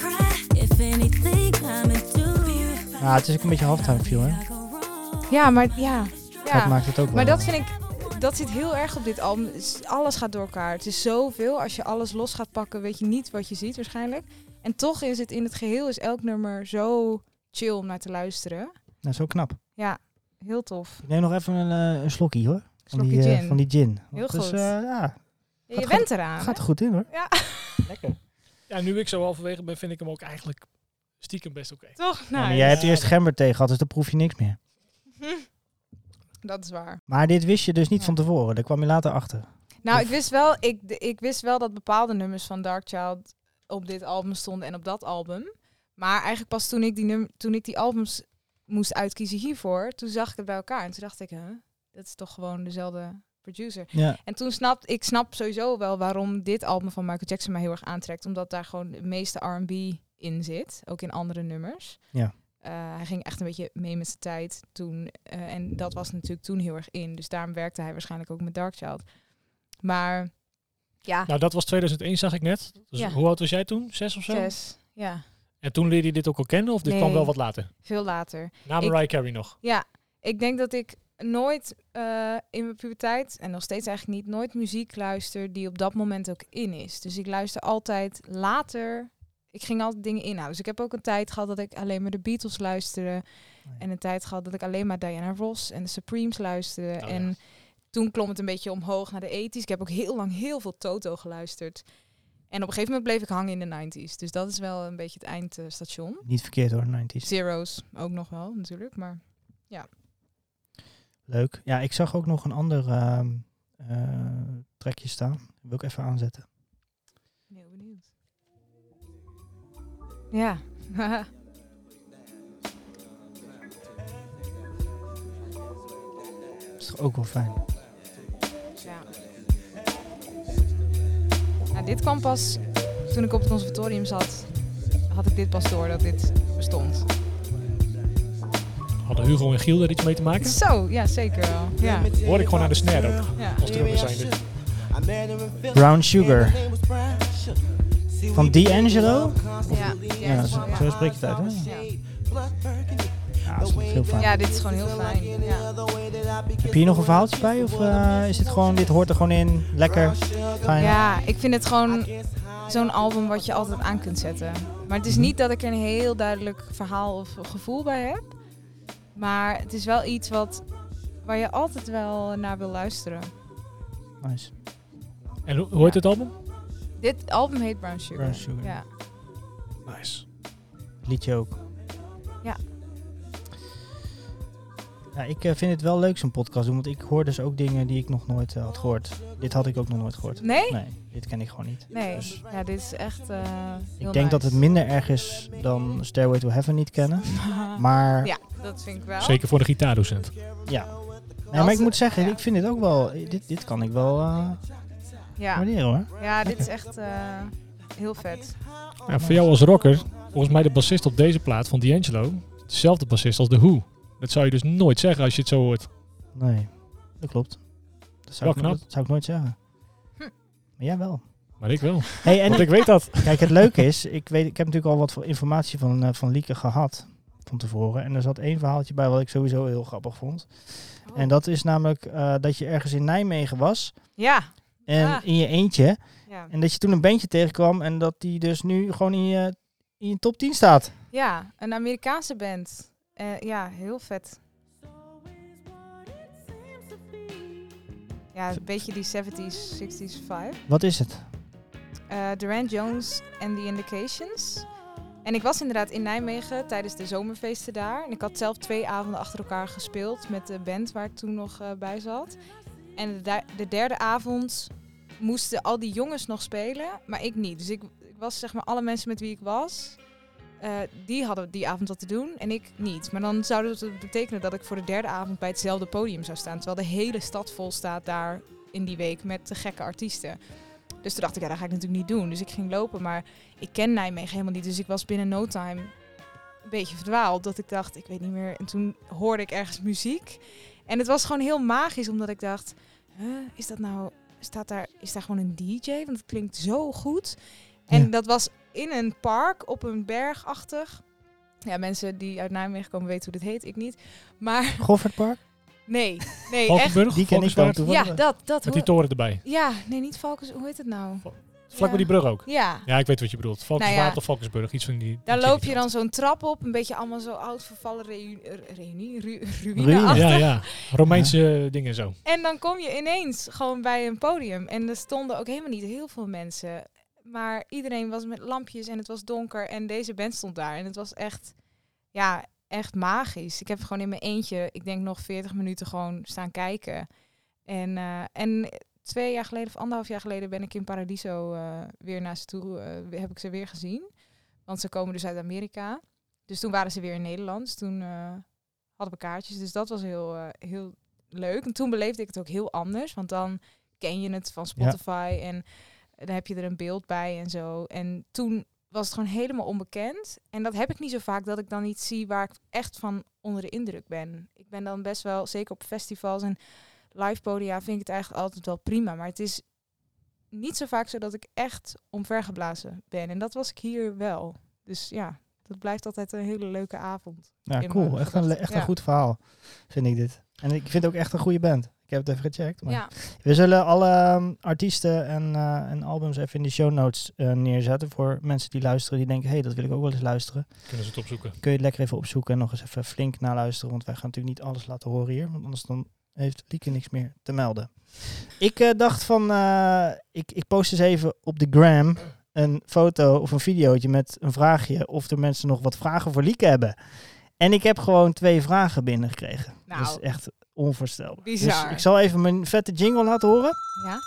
Ja, het is ook een beetje halftime feel, hè? Ja, maar ja. Dat maakt het ook wel. Maar dat vind ik, dat zit heel erg op dit album. Alles gaat door elkaar. Het is zoveel. Als je alles los gaat pakken, weet je niet wat je ziet waarschijnlijk. En toch is het in het geheel is elk nummer zo chill om naar te luisteren. Dat is ook knap. Ja, heel tof. Ik neem nog even een slokkie, hoor. Slokje gin. Van die gin. Heel Dus, goed. ja, Je bent eraan. gaat hè? er goed in, hoor. Ja. Lekker. Ja, nu ik zo halverwege ben, vind ik hem ook eigenlijk stiekem best oké. Toch? Ja, Nou, maar jij hebt eerst gember tegen gehad, dus dan proef je niks meer. dat is waar. Maar dit wist je dus niet Ja. van tevoren. Daar kwam je later achter. Nou, ik wist wel dat bepaalde nummers van Dark Child op dit album stonden en op dat album. Maar eigenlijk pas toen ik die albums moest uitkiezen hiervoor, toen zag ik het bij elkaar. En toen dacht ik, dat is toch gewoon dezelfde producer. Ja. En toen snap sowieso wel waarom dit album van Michael Jackson mij heel erg aantrekt. Omdat daar gewoon de meeste R&B in zit. Ook in andere nummers. Ja. Hij ging echt een beetje mee met zijn tijd toen. En dat was natuurlijk toen heel erg in. Dus daarom werkte hij waarschijnlijk ook met Dark Child. Maar ja, Nou, dat was 2001, zag ik net. Dus Ja. hoe oud was jij toen? 6 of zo? 6. Ja, En toen leerde je dit ook al kennen, of dit Nee. kwam wel wat later? veel later. Na Mariah Carey nog. Ja, ik denk dat ik nooit in mijn puberteit, en nog steeds eigenlijk niet, nooit muziek luister die op dat moment ook in is. Dus ik luister altijd later. Ik ging altijd dingen inhouden. Dus ik heb ook een tijd gehad dat ik alleen maar de Beatles luisterde. En een tijd gehad dat ik alleen maar Diana Ross en de Supremes luisterde. Oh, ja. En toen klom het een beetje omhoog naar de 80's. Ik heb ook heel lang heel veel Toto geluisterd. En op een gegeven moment bleef ik hangen in de 90's. Dus dat is wel een beetje het eindstation. Niet verkeerd, hoor, 90's. Zero's ook nog wel, natuurlijk. Maar Leuk. Ja, ik zag ook nog een ander trekje staan. Dat wil ik even aanzetten. heel benieuwd. Ja. Dat is toch ook wel fijn. Ja. Nou, dit kwam pas toen ik op het conservatorium zat. Had ik dit pas door dat dit bestond. Hadden Hugo en Giel er iets mee te maken? Zo, ja, zeker wel. Ja. Hoor ik gewoon aan de snare ook. Ja. Als drummer zijnde. Brown Sugar. Van D'Angelo? Ja. Ja, zo spreek je het uit, hè? Ja. Ja, dat is veel fijn. Ja, dit is gewoon heel fijn. Ja. Heb je hier nog een verhaaltje bij? Of is dit gewoon, dit hoort er gewoon in? Lekker? Fijn? Ja, ik vind het gewoon zo'n album wat je altijd aan kunt zetten. Maar het is niet dat ik er een heel duidelijk verhaal of gevoel bij heb. Maar het is wel iets waar je altijd wel naar wil luisteren. Nice. En hoe heet het album? Dit album heet Brown Sugar. Brown Sugar. Ja. Nice. Liedje ook. Ja. Ja, ik vind het wel leuk zo'n podcast doen, want ik hoor dus ook dingen die ik nog nooit had gehoord. Dit had ik ook nog nooit gehoord. Nee? Nee, dit ken ik gewoon niet. Nee, Dus ja, dit is echt ik denk dat het minder erg is dan Stairway to Heaven niet kennen. Maar Ja, dat vind ik wel. Zeker voor de gitaardocent. ja. Nee, maar ik moet zeggen, ik vind dit ook wel... Dit kan ik wel Ja. waarderen hoor. Ja, dit is echt heel vet. Ja, voor jou als rocker, volgens mij de bassist op deze plaat van D'Angelo, dezelfde bassist als The Who. Dat zou je dus nooit zeggen als je het zo hoort. Nee, dat klopt. Dat Wel knap. zou ik nooit zeggen. Maar jij wel. Maar ik wel. Hey, en Want ik weet dat. kijk, het leuke is, ik heb natuurlijk al wat voor informatie van Lieke gehad van tevoren. En er zat één verhaaltje bij wat ik sowieso heel grappig vond. Oh. En dat is namelijk dat je ergens in Nijmegen was. Ja. En in je eentje. Ja. En dat je toen een bandje tegenkwam. En dat die dus nu gewoon in je top 10 staat. Ja, een Amerikaanse band. Ja, heel vet. Ja, een beetje die 70s, 60s vibe. Wat is het? Durant Jones and the Indications. En ik was inderdaad in Nijmegen tijdens de zomerfeesten daar. En ik had zelf 2 avonden achter elkaar gespeeld met de band waar ik toen nog bij zat. En de derde avond moesten al die jongens nog spelen, maar ik niet. Dus ik was, zeg maar, alle mensen met wie ik was, die hadden die avond wat te doen en ik niet. Maar dan zou dat betekenen dat ik voor de derde avond bij hetzelfde podium zou staan. Terwijl de hele stad vol staat daar in die week met de gekke artiesten. Dus toen dacht ik, ja, dat ga ik natuurlijk niet doen. Dus ik ging lopen, maar ik ken Nijmegen helemaal niet. Dus ik was binnen no time een beetje verdwaald. Dat ik dacht, ik weet niet meer. En toen hoorde ik ergens muziek. En het was gewoon heel magisch, omdat ik dacht, is dat nou, is daar gewoon een DJ? Want het klinkt zo goed. En Ja. dat was in een park, op een bergachtig. Ja, mensen die uit Nijmegen komen weten hoe dit heet, ik niet. Maar Goffertpark? nee, echt. Valkenburg, Die ken ik dan Valkenswaard, toevallig. Ja, dat met die toren erbij. Ja, nee, niet Valkens. Hoe heet het nou? Vlak bij die brug ook. Ja. Ja, ik weet wat je bedoelt. Valkenswaard Nou ja. of Valkensburg, iets van die... Daar iets loop in die je dan kant. zo'n trap op, een beetje allemaal zo oud vervallen Ruïne. ruïne. Ja, ja. Romeinse dingen zo. En dan kom je ineens gewoon bij een podium. En er stonden ook helemaal niet heel veel mensen. Maar iedereen was met lampjes en het was donker. En deze band stond daar. En het was echt, ja, echt magisch. Ik heb gewoon in mijn eentje, ik denk nog 40 minuten gewoon staan kijken. En 2 jaar geleden of 1,5 jaar geleden ben ik in Paradiso weer naar ze toe. Heb ik ze weer gezien. Want ze komen dus uit Amerika. Dus toen waren ze weer in Nederland. Dus toen hadden we kaartjes. Dus dat was heel leuk. En toen beleefde ik het ook heel anders. Want dan ken je het van Spotify. En dan heb je er een beeld bij en zo. En toen was het gewoon helemaal onbekend. En dat heb ik niet zo vaak, dat ik dan niet zie waar ik echt van onder de indruk ben. Ik ben dan best wel, zeker op festivals en live podia, vind ik het eigenlijk altijd wel prima. Maar het is niet zo vaak zo dat ik echt omvergeblazen ben. En dat was ik hier wel. Dus ja, dat blijft altijd een hele leuke avond. Ja, in cool. mijn Echt gedachten. een goed verhaal, vind ik dit. En ik vind het ook echt een goede band. Ik heb het even gecheckt. Maar Ja, we zullen alle artiesten en albums even in de show notes neerzetten voor mensen die luisteren. Die denken, hey, dat wil ik ook wel eens luisteren. Kunnen ze het opzoeken. Kun je het lekker even opzoeken en nog eens even flink naluisteren. Want wij gaan natuurlijk niet alles laten horen hier. Want anders dan heeft Lieke niks meer te melden. Ik dacht van, ik post eens even op de gram een foto of een videootje met een vraagje of er mensen nog wat vragen voor Lieke hebben. En ik heb gewoon 2 vragen binnengekregen. Nou, dat is echt onvoorstelbaar. bizar. Dus ik zal even mijn vette jingle laten horen. ja.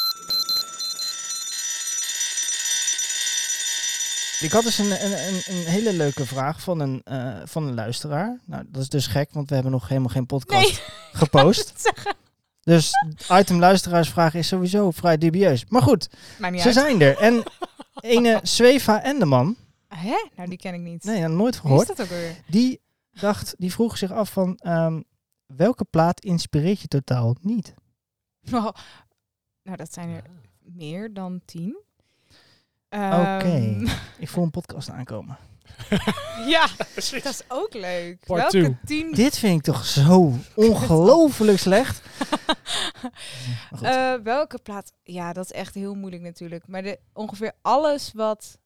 Ik had dus een hele leuke vraag van een luisteraar. Nou, dat is dus gek, want we hebben nog helemaal geen podcast gepost. Dus item luisteraarsvraag is sowieso vrij dubieus. Maar goed, Maar niet ze uit. zijn er. En ene Sveva Endeman, Hè? Nou, die ken ik niet. nee, nooit van Wie is gehoord. dat ook weer? Die vroeg zich af van, welke plaat inspireert je totaal niet? Oh, nou, dat zijn er meer dan 10. Oké. Ik voel een podcast aankomen. Ja, dat is ook leuk. Part Welke 2. 10? Dit vind ik toch zo ongelooflijk slecht. Maar goed. Welke plaat? Ja, dat is echt heel moeilijk natuurlijk. Maar ongeveer alles wat...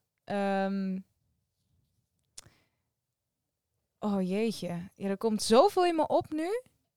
Oh jeetje. Ja, er komt zoveel in me op nu.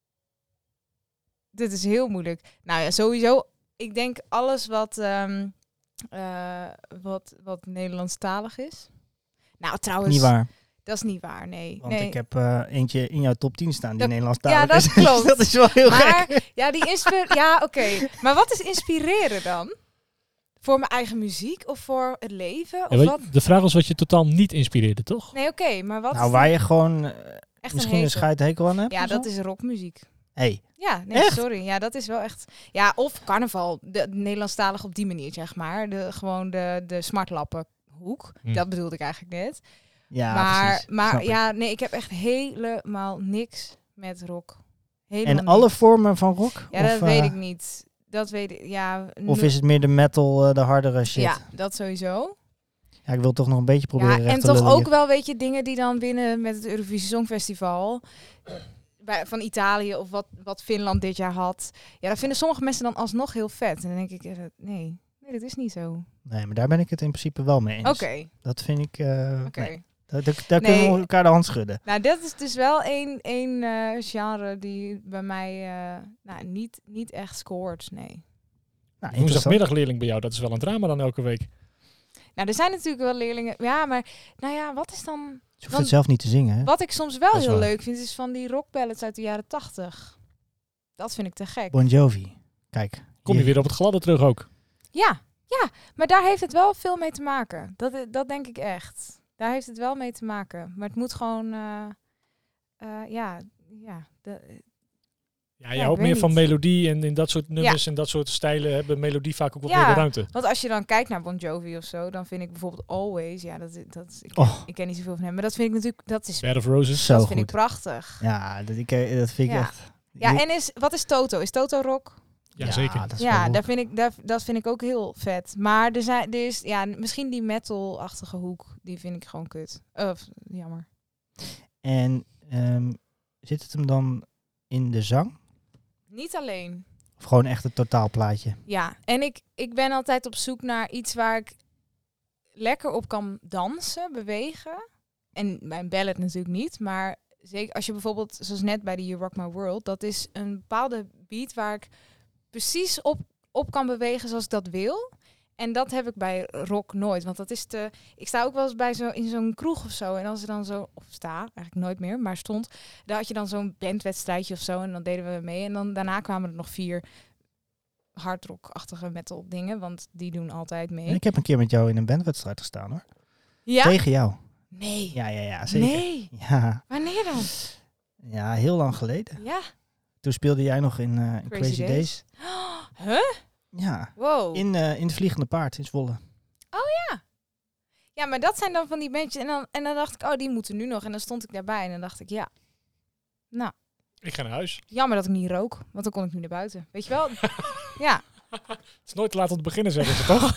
Dit is heel moeilijk. Nou ja, sowieso. Ik denk alles wat Nederlandstalig is. Nou, trouwens... Niet waar. Dat is niet waar, nee. Want nee. ik heb eentje in jouw top 10 staan die Dat- Nederlandstalig ja, dat is. klopt. Dat is wel heel gek. Maar ja, ja, oké. Maar wat is inspireren dan? Voor mijn eigen muziek of voor het leven? Ja, Of weet- wat? de vraag was wat je totaal niet inspireerde, toch? Nee, oké, maar wat Nou, is waar je gewoon echt misschien een hekel? scheidhekel aan hebt. Ja, of zo? dat is rockmuziek. Hey, Ja, nee, Echt? sorry. Ja, dat is wel echt... Ja, of carnaval. De Nederlandstalig op die manier, zeg maar. Gewoon de smartlappenhoek. Hm. Dat bedoelde ik eigenlijk net. ja, maar precies. Snap maar ik. ja, nee, ik heb echt helemaal niks met rock. Helemaal En niks. alle vormen van rock? Ja, of, dat weet ik niet. Dat weet ik, ja. Of is het meer de metal, de hardere shit? Ja, dat sowieso. Ja, ik wil toch nog een beetje proberen Ja, recht en te toch lullen ook hier. wel, weet je, dingen die dan winnen met het Eurovisie Songfestival. Van Italië of wat Finland dit jaar had. Ja, dat vinden sommige mensen dan alsnog heel vet. En dan denk ik, nee, dat is niet zo. Nee, maar daar ben ik het in principe wel mee eens. Oké. Dat vind ik... Oké. nee. Daar kunnen we elkaar de hand schudden. Nou, dat is dus wel één genre die bij mij niet echt scoort, nee. Nou, interessant. Woensdagmiddagleerling bij jou, dat is wel een drama dan elke week. Nou, er zijn natuurlijk wel leerlingen... Ja, maar nou ja, wat is dan... Je hoeft het zelf niet te zingen, hè? Wat ik soms wel Dat is heel waar. leuk vind, is van die rockballads uit de jaren 80. Dat vind ik te gek. Bon Jovi. Kijk. Kom je weer op het gladde terug ook. Ja, maar daar heeft het wel veel mee te maken. Dat denk ik echt. Daar heeft het wel mee te maken. Maar het moet gewoon... Ja, je ik houdt weet meer van niet. melodie en in dat soort nummers en dat soort stijlen hebben melodie vaak ook wat Ja. meer de ruimte. Want als je dan kijkt naar Bon Jovi of zo, dan vind ik bijvoorbeeld Always... Ja, ik ken niet zoveel van hem. Maar dat vind ik natuurlijk... Bed of Roses. Zo Dat goed. vind ik prachtig. Ja, dat vind ik Ja. echt... Ja, en wat is Toto? Is Toto rock? Ja, zeker. Dat is wel Ja, rock. dat vind ik ook heel vet. Maar er is misschien die metal-achtige hoek, die vind ik gewoon kut. Jammer. En zit het hem dan in de zang? Niet alleen. Of gewoon echt het totaalplaatje? Ja, en ik ben altijd op zoek naar iets waar ik lekker op kan dansen, bewegen. En mijn ballad natuurlijk niet, maar zeker als je bijvoorbeeld, zoals net bij de You Rock My World, dat is een bepaalde beat waar ik precies op kan bewegen zoals ik dat wil. En dat heb ik bij rock nooit, want dat is te... Ik sta ook wel eens bij in zo'n kroeg of zo. En als er dan zo... Of sta, eigenlijk nooit meer, maar stond... Daar had je dan zo'n bandwedstrijdje of zo. En dan deden we mee. En dan daarna kwamen er nog 4 hardrock-achtige metal dingen. Want die doen altijd mee. Ik heb een keer met jou in een bandwedstrijd gestaan, hoor. Ja? Tegen jou. Nee. Ja, zeker. Nee. Ja. Wanneer dan? Ja, heel lang geleden. Ja. Toen speelde jij nog in Crazy Days. Huh? Ja. Wow. In het Vliegende Paard in Zwolle. Ja, maar dat zijn dan van die bandjes. En dan dacht ik, oh, die moeten nu nog. En dan stond ik daarbij. En dan dacht ik, ja. Nou, Ik ga naar huis. jammer dat ik niet rook. Want dan kon ik nu naar buiten. Weet je wel? Ja. Het is nooit te laat om te beginnen, zeggen ze toch?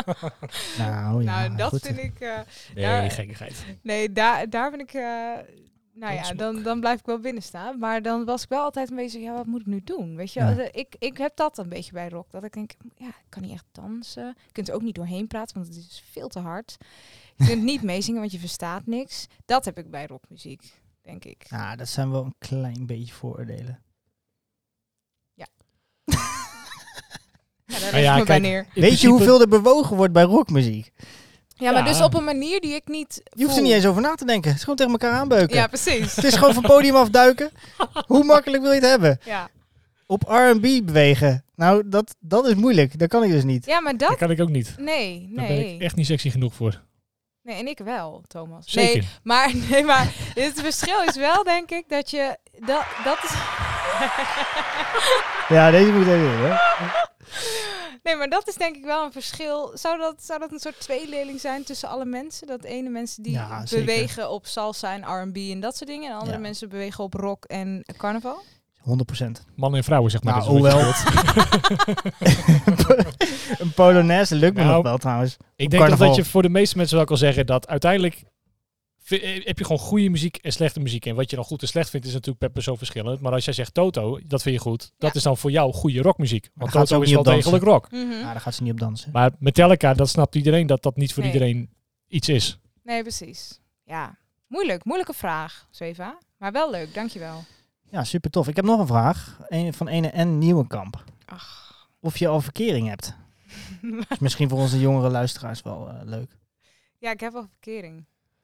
Nou, ja, Nou, dat goed. vind ik... Nee, Ja. gekkigheid. Nee, daar ben ik... nou ja, Doodsmak. dan blijf ik wel binnen staan. Maar dan was ik wel altijd een beetje... Ja, wat moet ik nu doen? Weet je, Ja. ik heb dat een beetje bij rock. Dat ik denk, ja, ik kan niet echt dansen. Je kunt er ook niet doorheen praten, want het is veel te hard. Je kunt niet meezingen, want je verstaat niks. Dat heb ik bij rockmuziek, denk ik. Ja, dat zijn wel een klein beetje vooroordelen. Ja, daar Nou leg ja, ik me bij kijk, neer. in Weet je principe- hoeveel er bewogen wordt bij rockmuziek? Ja, maar Ja. dus op een manier die ik niet Je hoeft er niet eens over na te denken. Het is gewoon tegen elkaar aanbeuken. Ja, precies. Het is gewoon van podium afduiken. Hoe makkelijk wil je het hebben? Ja, Op R&B bewegen. Nou, dat is moeilijk. Dat kan ik dus niet. ja maar Dat dat... kan ik ook niet. Nee, Daar ben ik nee. echt niet sexy genoeg voor. Nee, en ik wel, Thomas. Zeker. Nee, maar het verschil is wel, denk ik, dat je... Dat is... Ja, deze moet even doen, hè? Nee, maar dat is denk ik wel een verschil. Zou dat een soort tweeleling zijn tussen alle mensen? Dat ene mensen die Ja, zeker. bewegen op salsa en R&B en dat soort dingen. En andere Ja. mensen bewegen op rock en carnaval. 100%. Mannen en vrouwen, zeg maar. Nou, dat is wat je hoewel- bedoelt. Een Polonaise lukt me Nou, nog wel trouwens. Ik Op denk dat carnaval. je voor de meeste mensen wel kan zeggen dat uiteindelijk heb je gewoon goede muziek en slechte muziek. En wat je dan goed en slecht vindt is natuurlijk per persoon verschillend. Maar als jij zegt Toto, dat vind je goed. Dat Ja. is dan voor jou goede rockmuziek. Want gaat ze Toto ook is niet wel op dansen. degelijk rock. Mhm. Ja, daar gaat ze niet op dansen. Maar Metallica, dat snapt iedereen dat dat niet voor Nee. iedereen iets is. Nee, precies. Ja, moeilijke vraag, Zweva. Maar wel leuk, dankjewel. Ja, super tof. Ik heb nog een vraag. Van ene N. Nieuwenkamp. Ach. Of je al verkering hebt. Is misschien voor onze jongere luisteraars wel leuk. Ja, ik heb wel verkering.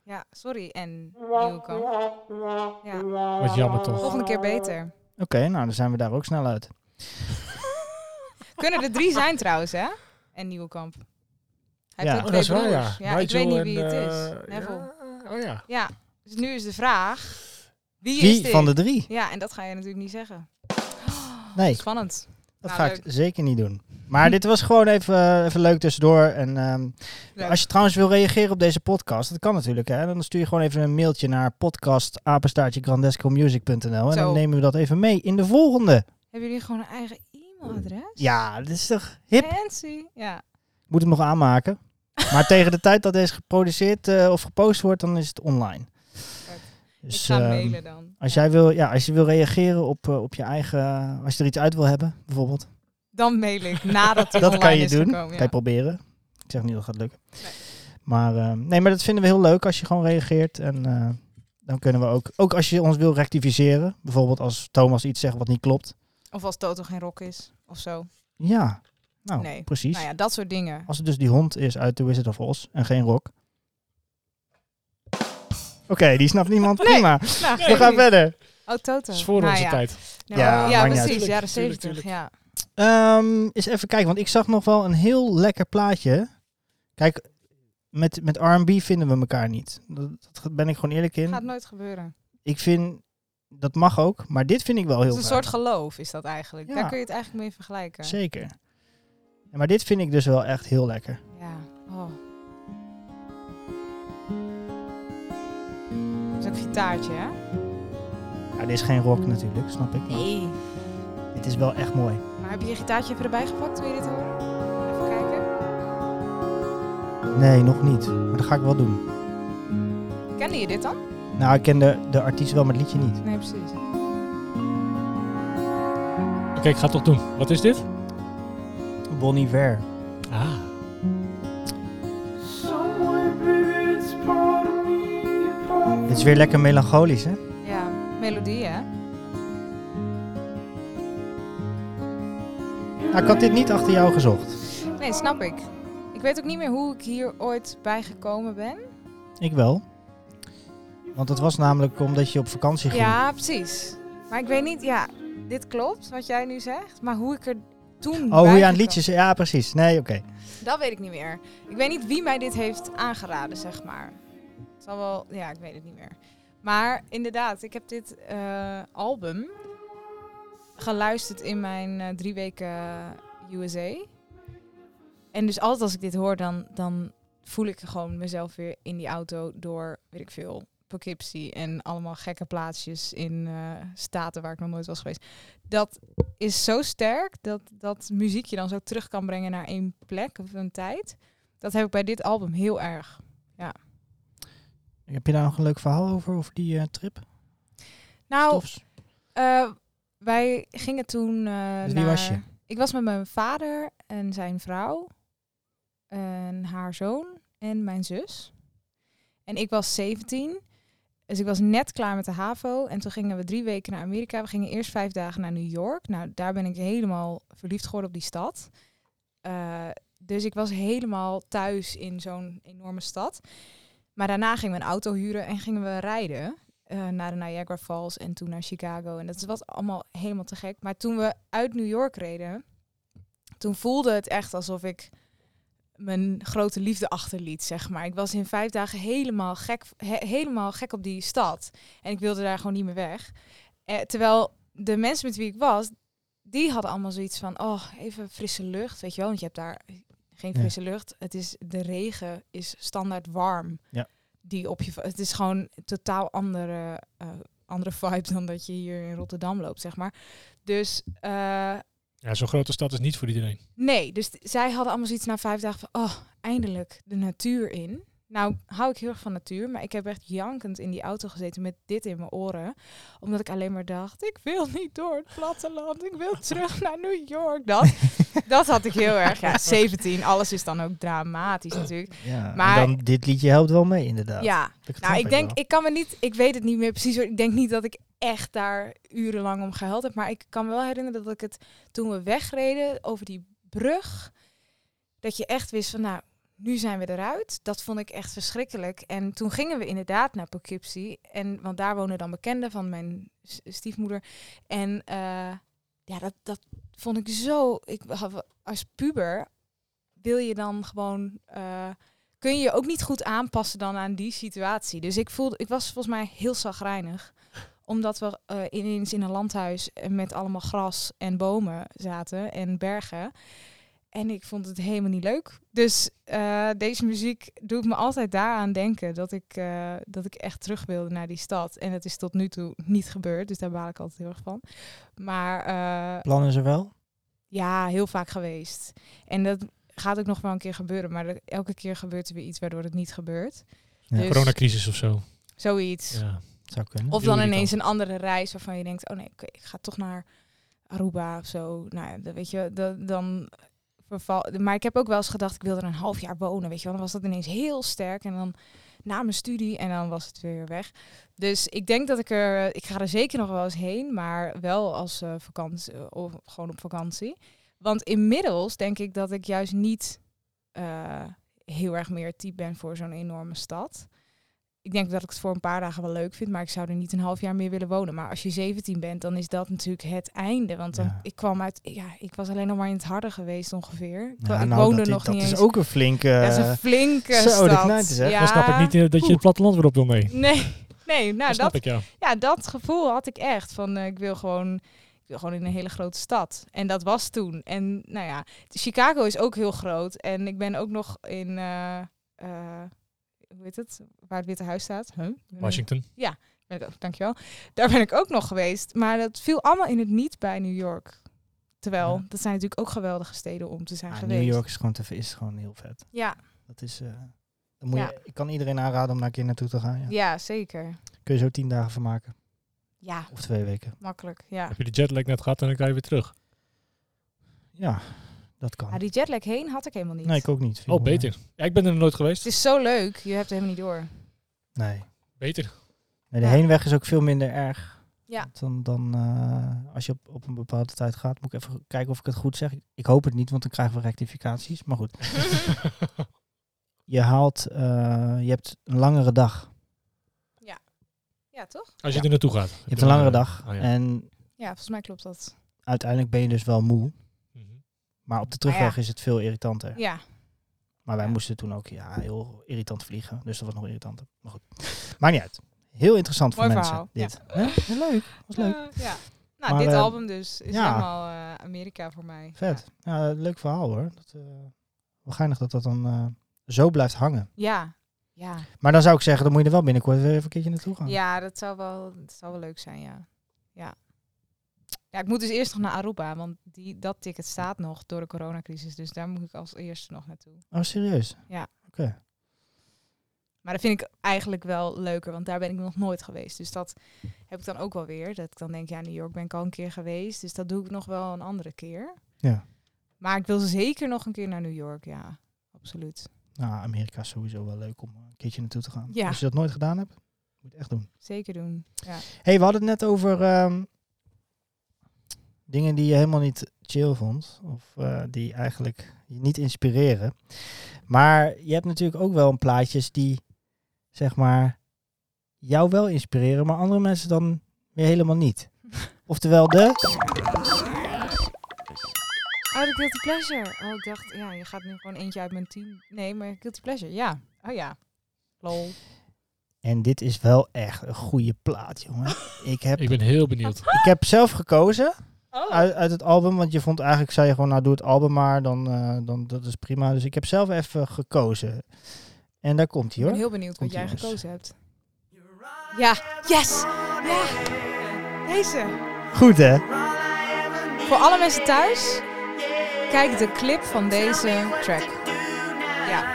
Ja, sorry. En Nieuwkamp. Ja, Wat jammer toch. volgende keer beter. Oké, nou dan zijn we daar ook snel uit. Kunnen er 3 zijn trouwens, hè? En Nieuwkamp. Hij Ja. heeft ook Oh, 2 dat is waar, broers. ja. Ja, ik Nigel weet niet wie en, het is. Neville. Oh ja. Ja, dus nu is de vraag. Wie is Wie dit? van de 3? Ja, en dat ga je natuurlijk niet zeggen. Nee, Spannend. dat Nou, ga ik leuk. zeker niet doen. Maar dit was gewoon even leuk tussendoor. En Leuk. als je trouwens wil reageren op deze podcast, dat kan natuurlijk. Hè? Dan stuur je gewoon even een mailtje naar podcast@grandescomusic.nl en Zo. dan nemen we dat even mee in de volgende. Hebben jullie gewoon een eigen e-mailadres? Ja, dat is toch hip? Fancy. Ja. Ik moet het nog aanmaken. Maar tegen de tijd dat deze geproduceerd of gepost wordt, dan is het online. Ik Dus, ga mailen dan. Als Ja. als je wil reageren op je eigen, als je er iets uit wil hebben, bijvoorbeeld. Dan mail ik nadat die Dat online kan je is doen. gekomen. Kan je proberen. Ik zeg niet dat het gaat lukken. Nee. Maar, maar dat vinden we heel leuk als je gewoon reageert. En dan kunnen we ook als je ons wil rectificeren. Bijvoorbeeld als Thomas iets zegt wat niet klopt. Of als Toto geen rock is, of zo. Ja, nou Nee. precies. Nou ja, dat soort dingen. Als het dus die hond is uit The Wizard of Oz en geen rock. Oké, die snapt niemand. Nee. Prima. Nou, We gaan verder. Oh, Toto. Dat is voor Nou onze ja. tijd. Nou, Ja, ja, maakt niet uit. precies. Jaren Tuurlijk, 70. tuurlijk. Ja. Eens even kijken, want ik zag nog wel een heel lekker plaatje. Kijk, met R&B vinden we elkaar niet. Dat ben ik gewoon eerlijk in. Gaat nooit gebeuren. Ik vind, dat mag ook, maar dit vind ik wel Het heel is een fijn. soort geloof, is dat eigenlijk. Ja. Daar kun je het eigenlijk mee vergelijken. Zeker. Ja, maar dit vind ik dus wel echt heel lekker. Ja. Oh. Dat is ook een gitaartje, hè? Ja, dit is geen rock natuurlijk, snap ik. Maar Nee. dit is wel echt mooi. Maar heb je je gitaartje even erbij gepakt toen je dit hoorde? Even kijken. Nee, nog niet. Maar dat ga ik wel doen. Kende je dit dan? Nou, ik ken de artiest wel, maar het liedje niet. Nee, precies. Oké, ik ga het toch doen. Wat is dit? Bon Iver. Ah. Dit is weer lekker melancholisch, hè? Ja, melodie, hè? Nou, ik had dit niet achter jou gezocht. Nee, snap ik. Ik weet ook niet meer hoe ik hier ooit bij gekomen ben. Ik wel. Want het was namelijk omdat je op vakantie ging. Ja, precies. Maar ik weet niet, ja, dit klopt wat jij nu zegt. Maar hoe ik er toen Oh, hoe je aan gekomen- liedjes... Ja, precies. Nee, oké. Dat weet ik niet meer. Ik weet niet wie mij dit heeft aangeraden, zeg maar. Het zal wel... Ja, ik weet het niet meer. Maar inderdaad, ik heb dit album geluisterd in mijn 3 weken USA. En dus altijd als ik dit hoor, dan voel ik gewoon mezelf weer in die auto door, weet ik veel, Poughkeepsie en allemaal gekke plaatsjes in staten waar ik nog nooit was geweest. Dat is zo sterk dat muziek je dan zo terug kan brengen naar één plek of een tijd. Dat heb ik bij dit album heel erg. Heb je daar nog een leuk verhaal over die trip? Nou, Stofs? wij gingen toen Met wie was je? Ik was met mijn vader en zijn vrouw en haar zoon en mijn zus. En ik was 17. Dus ik was net klaar met de HAVO. En toen gingen we 3 weken naar Amerika. We gingen eerst 5 dagen naar New York. Nou, daar ben ik helemaal verliefd geworden op die stad. Dus ik was helemaal thuis in zo'n enorme stad. Maar daarna gingen we een auto huren en gingen we rijden. Naar de Niagara Falls en toen naar Chicago. En dat was allemaal helemaal te gek. Maar toen we uit New York reden, toen voelde het echt alsof ik mijn grote liefde achterliet, zeg maar. Ik was in 5 dagen helemaal gek op die stad. En ik wilde daar gewoon niet meer weg. Terwijl de mensen met wie ik was, die hadden allemaal zoiets van, oh, even frisse lucht, weet je wel. Want je hebt daar geen frisse lucht. De regen is standaard warm. Ja. Het is gewoon totaal andere vibe dan dat je hier in Rotterdam loopt, zeg maar. Dus Ja, zo'n grote stad is niet voor iedereen. nee, dus zij hadden allemaal zoiets na 5 dagen van, oh, eindelijk de natuur in. Nou, hou ik heel erg van natuur, maar ik heb echt jankend in die auto gezeten met dit in mijn oren. Omdat ik alleen maar dacht, ik wil niet door het platteland, ik wil terug naar New York. Dat had ik heel erg. Ja, 17, alles is dan ook dramatisch natuurlijk. Ja, Maar- en dan dit liedje helpt wel mee, inderdaad. Ja, Dat nou, snap ik denk, wel. ik weet het niet meer precies hoor. Ik denk niet dat ik echt daar urenlang om gehuild heb. Maar ik kan me wel herinneren dat ik het, toen we wegreden over die brug, dat je echt wist van, nou, nu zijn we eruit. Dat vond ik echt verschrikkelijk. En toen gingen we inderdaad naar Poughkeepsie. Want daar wonen dan bekenden van mijn stiefmoeder. En dat vond ik zo... Als puber wil je dan gewoon... kun je je ook niet goed aanpassen dan aan die situatie. Dus ik was volgens mij heel chagrijnig. Omdat we ineens in een landhuis met allemaal gras en bomen zaten en bergen. En ik vond het helemaal niet leuk. Dus deze muziek doet me altijd daaraan denken dat ik echt terug wilde naar die stad. En dat is tot nu toe niet gebeurd. Dus daar baal ik altijd heel erg van. Maar Plannen ze wel? Ja, heel vaak geweest. En dat gaat ook nog wel een keer gebeuren. Maar elke keer gebeurt er weer iets waardoor het niet gebeurt. Ja. Dus Coronacrisis of zo. zoiets. Ja. Zou kunnen. Of dan Heel ineens irritant. een andere reis waarvan je denkt... oh nee, oké, ik ga toch naar Aruba of zo. Nou ja, weet je, dan verval... Maar ik heb ook wel eens gedacht, ik wil er een half jaar wonen, weet je wel. Dan was dat ineens heel sterk en dan na mijn studie en dan was het weer weg. Dus ik denk dat ik ga er zeker nog wel eens heen, maar wel als vakantie of gewoon op vakantie. Want inmiddels denk ik dat ik juist niet heel erg meer type ben voor zo'n enorme stad. Ik denk dat ik het voor een paar dagen wel leuk vind, maar ik zou er niet een half jaar meer willen wonen. Maar als je 17 bent, dan is dat natuurlijk het einde. Want dan, ik was alleen nog maar in het Harde geweest ongeveer. Ik woonde nog niet eens. Dat is ook een flinke... Dat is een flinke Zo, stad. dat knijt is, hè? Ja. Dan snap ik niet dat je het platteland weer op wil mee. Nee, nou Dat snap ik, ja. ja, dat gevoel had ik echt. Van ik wil gewoon in een hele grote stad. En dat was toen. En nou ja, Chicago is ook heel groot. En ik ben ook nog in... hoe heet het? Waar het Witte Huis staat. Washington. Dankjewel. Daar ben ik ook nog geweest. Maar dat viel allemaal in het niet bij New York. Terwijl, dat zijn natuurlijk ook geweldige steden om te zijn geweest. New York is gewoon heel vet. Ja. Dat is... dan moet je, ik kan iedereen aanraden om daar een keer naartoe te gaan. Ja. Ja, zeker. Kun je zo 10 dagen van maken. Ja. Of 2 weken. Makkelijk, ja. Heb je de jetlag net gehad en dan kan je weer terug. Ja, dat kan. Die jetlag heen had ik helemaal niet. Nee, ik ook niet. Oh, beter. Ja, ik ben er nooit geweest. Het is zo leuk. Je hebt het helemaal niet door. Nee. Beter. Nee, de heenweg is ook veel minder erg. Ja. Dan als je op een bepaalde tijd gaat. Moet ik even kijken of ik het goed zeg. Ik hoop het niet, want dan krijgen we rectificaties. Maar goed. Je hebt een langere dag. Ja, toch? Als je er naartoe gaat. Je hebt een langere dag. Oh, ja. En Ja, volgens mij klopt dat. uiteindelijk ben je dus wel moe. Mhm. Maar op de terugweg ja. is het veel irritanter. Ja. Maar wij moesten toen ook heel irritant vliegen. Dus dat was nog irritanter. Maar goed. Maakt niet uit. Heel interessant Mooi voor mensen. verhaal, Dit. Hè? Heel leuk. Was leuk. Ja. Nou, Maar, dit album dus is ja. helemaal Amerika voor mij. Vet. Ja, leuk verhaal hoor. Wel geinig dat dan zo blijft hangen. Ja. Ja. Maar dan zou ik zeggen, dan moet je er wel binnenkort weer even een keertje naartoe gaan. Ja, dat zou wel leuk zijn, ja. Ja, ik moet dus eerst nog naar Aruba, want dat ticket staat nog door de coronacrisis. Dus daar moet ik als eerste nog naartoe. Oh, serieus? Ja. Oké. Maar dat vind ik eigenlijk wel leuker, want daar ben ik nog nooit geweest. Dus dat heb ik dan ook wel weer. Dat ik dan denk, ja, New York ben ik al een keer geweest. Dus dat doe ik nog wel een andere keer. Ja. Maar ik wil zeker nog een keer naar New York, ja. Absoluut. Nou, Amerika is sowieso wel leuk om een keertje naartoe te gaan. Ja. Als je dat nooit gedaan hebt, moet je het echt doen. Zeker doen, ja. Hey, we hadden het net over dingen die je helemaal niet chill vond. Of die eigenlijk je niet inspireren. Maar je hebt natuurlijk ook wel een plaatjes die, zeg maar, jou wel inspireren, maar andere mensen dan weer helemaal niet. Oftewel de... Oh, de Guilty Pleasure. Oh, ik dacht, ja, je gaat nu gewoon eentje uit mijn team. Nee, maar Guilty Pleasure, ja. Oh ja. Lol. En dit is wel echt een goede plaat, jongen. Ik ben heel benieuwd. Ik heb zelf gekozen Oh. uit het album, want je vond eigenlijk, zei je gewoon, nou doe het album maar, dan dat is prima. Dus ik heb zelf even gekozen. En daar komt hij Ik hoor. ben heel benieuwd wat Komt-ie, jij jongens. gekozen hebt. Ja, yes! Ja, deze. Goed hè? Voor alle mensen thuis, kijk de clip van deze track. Ja.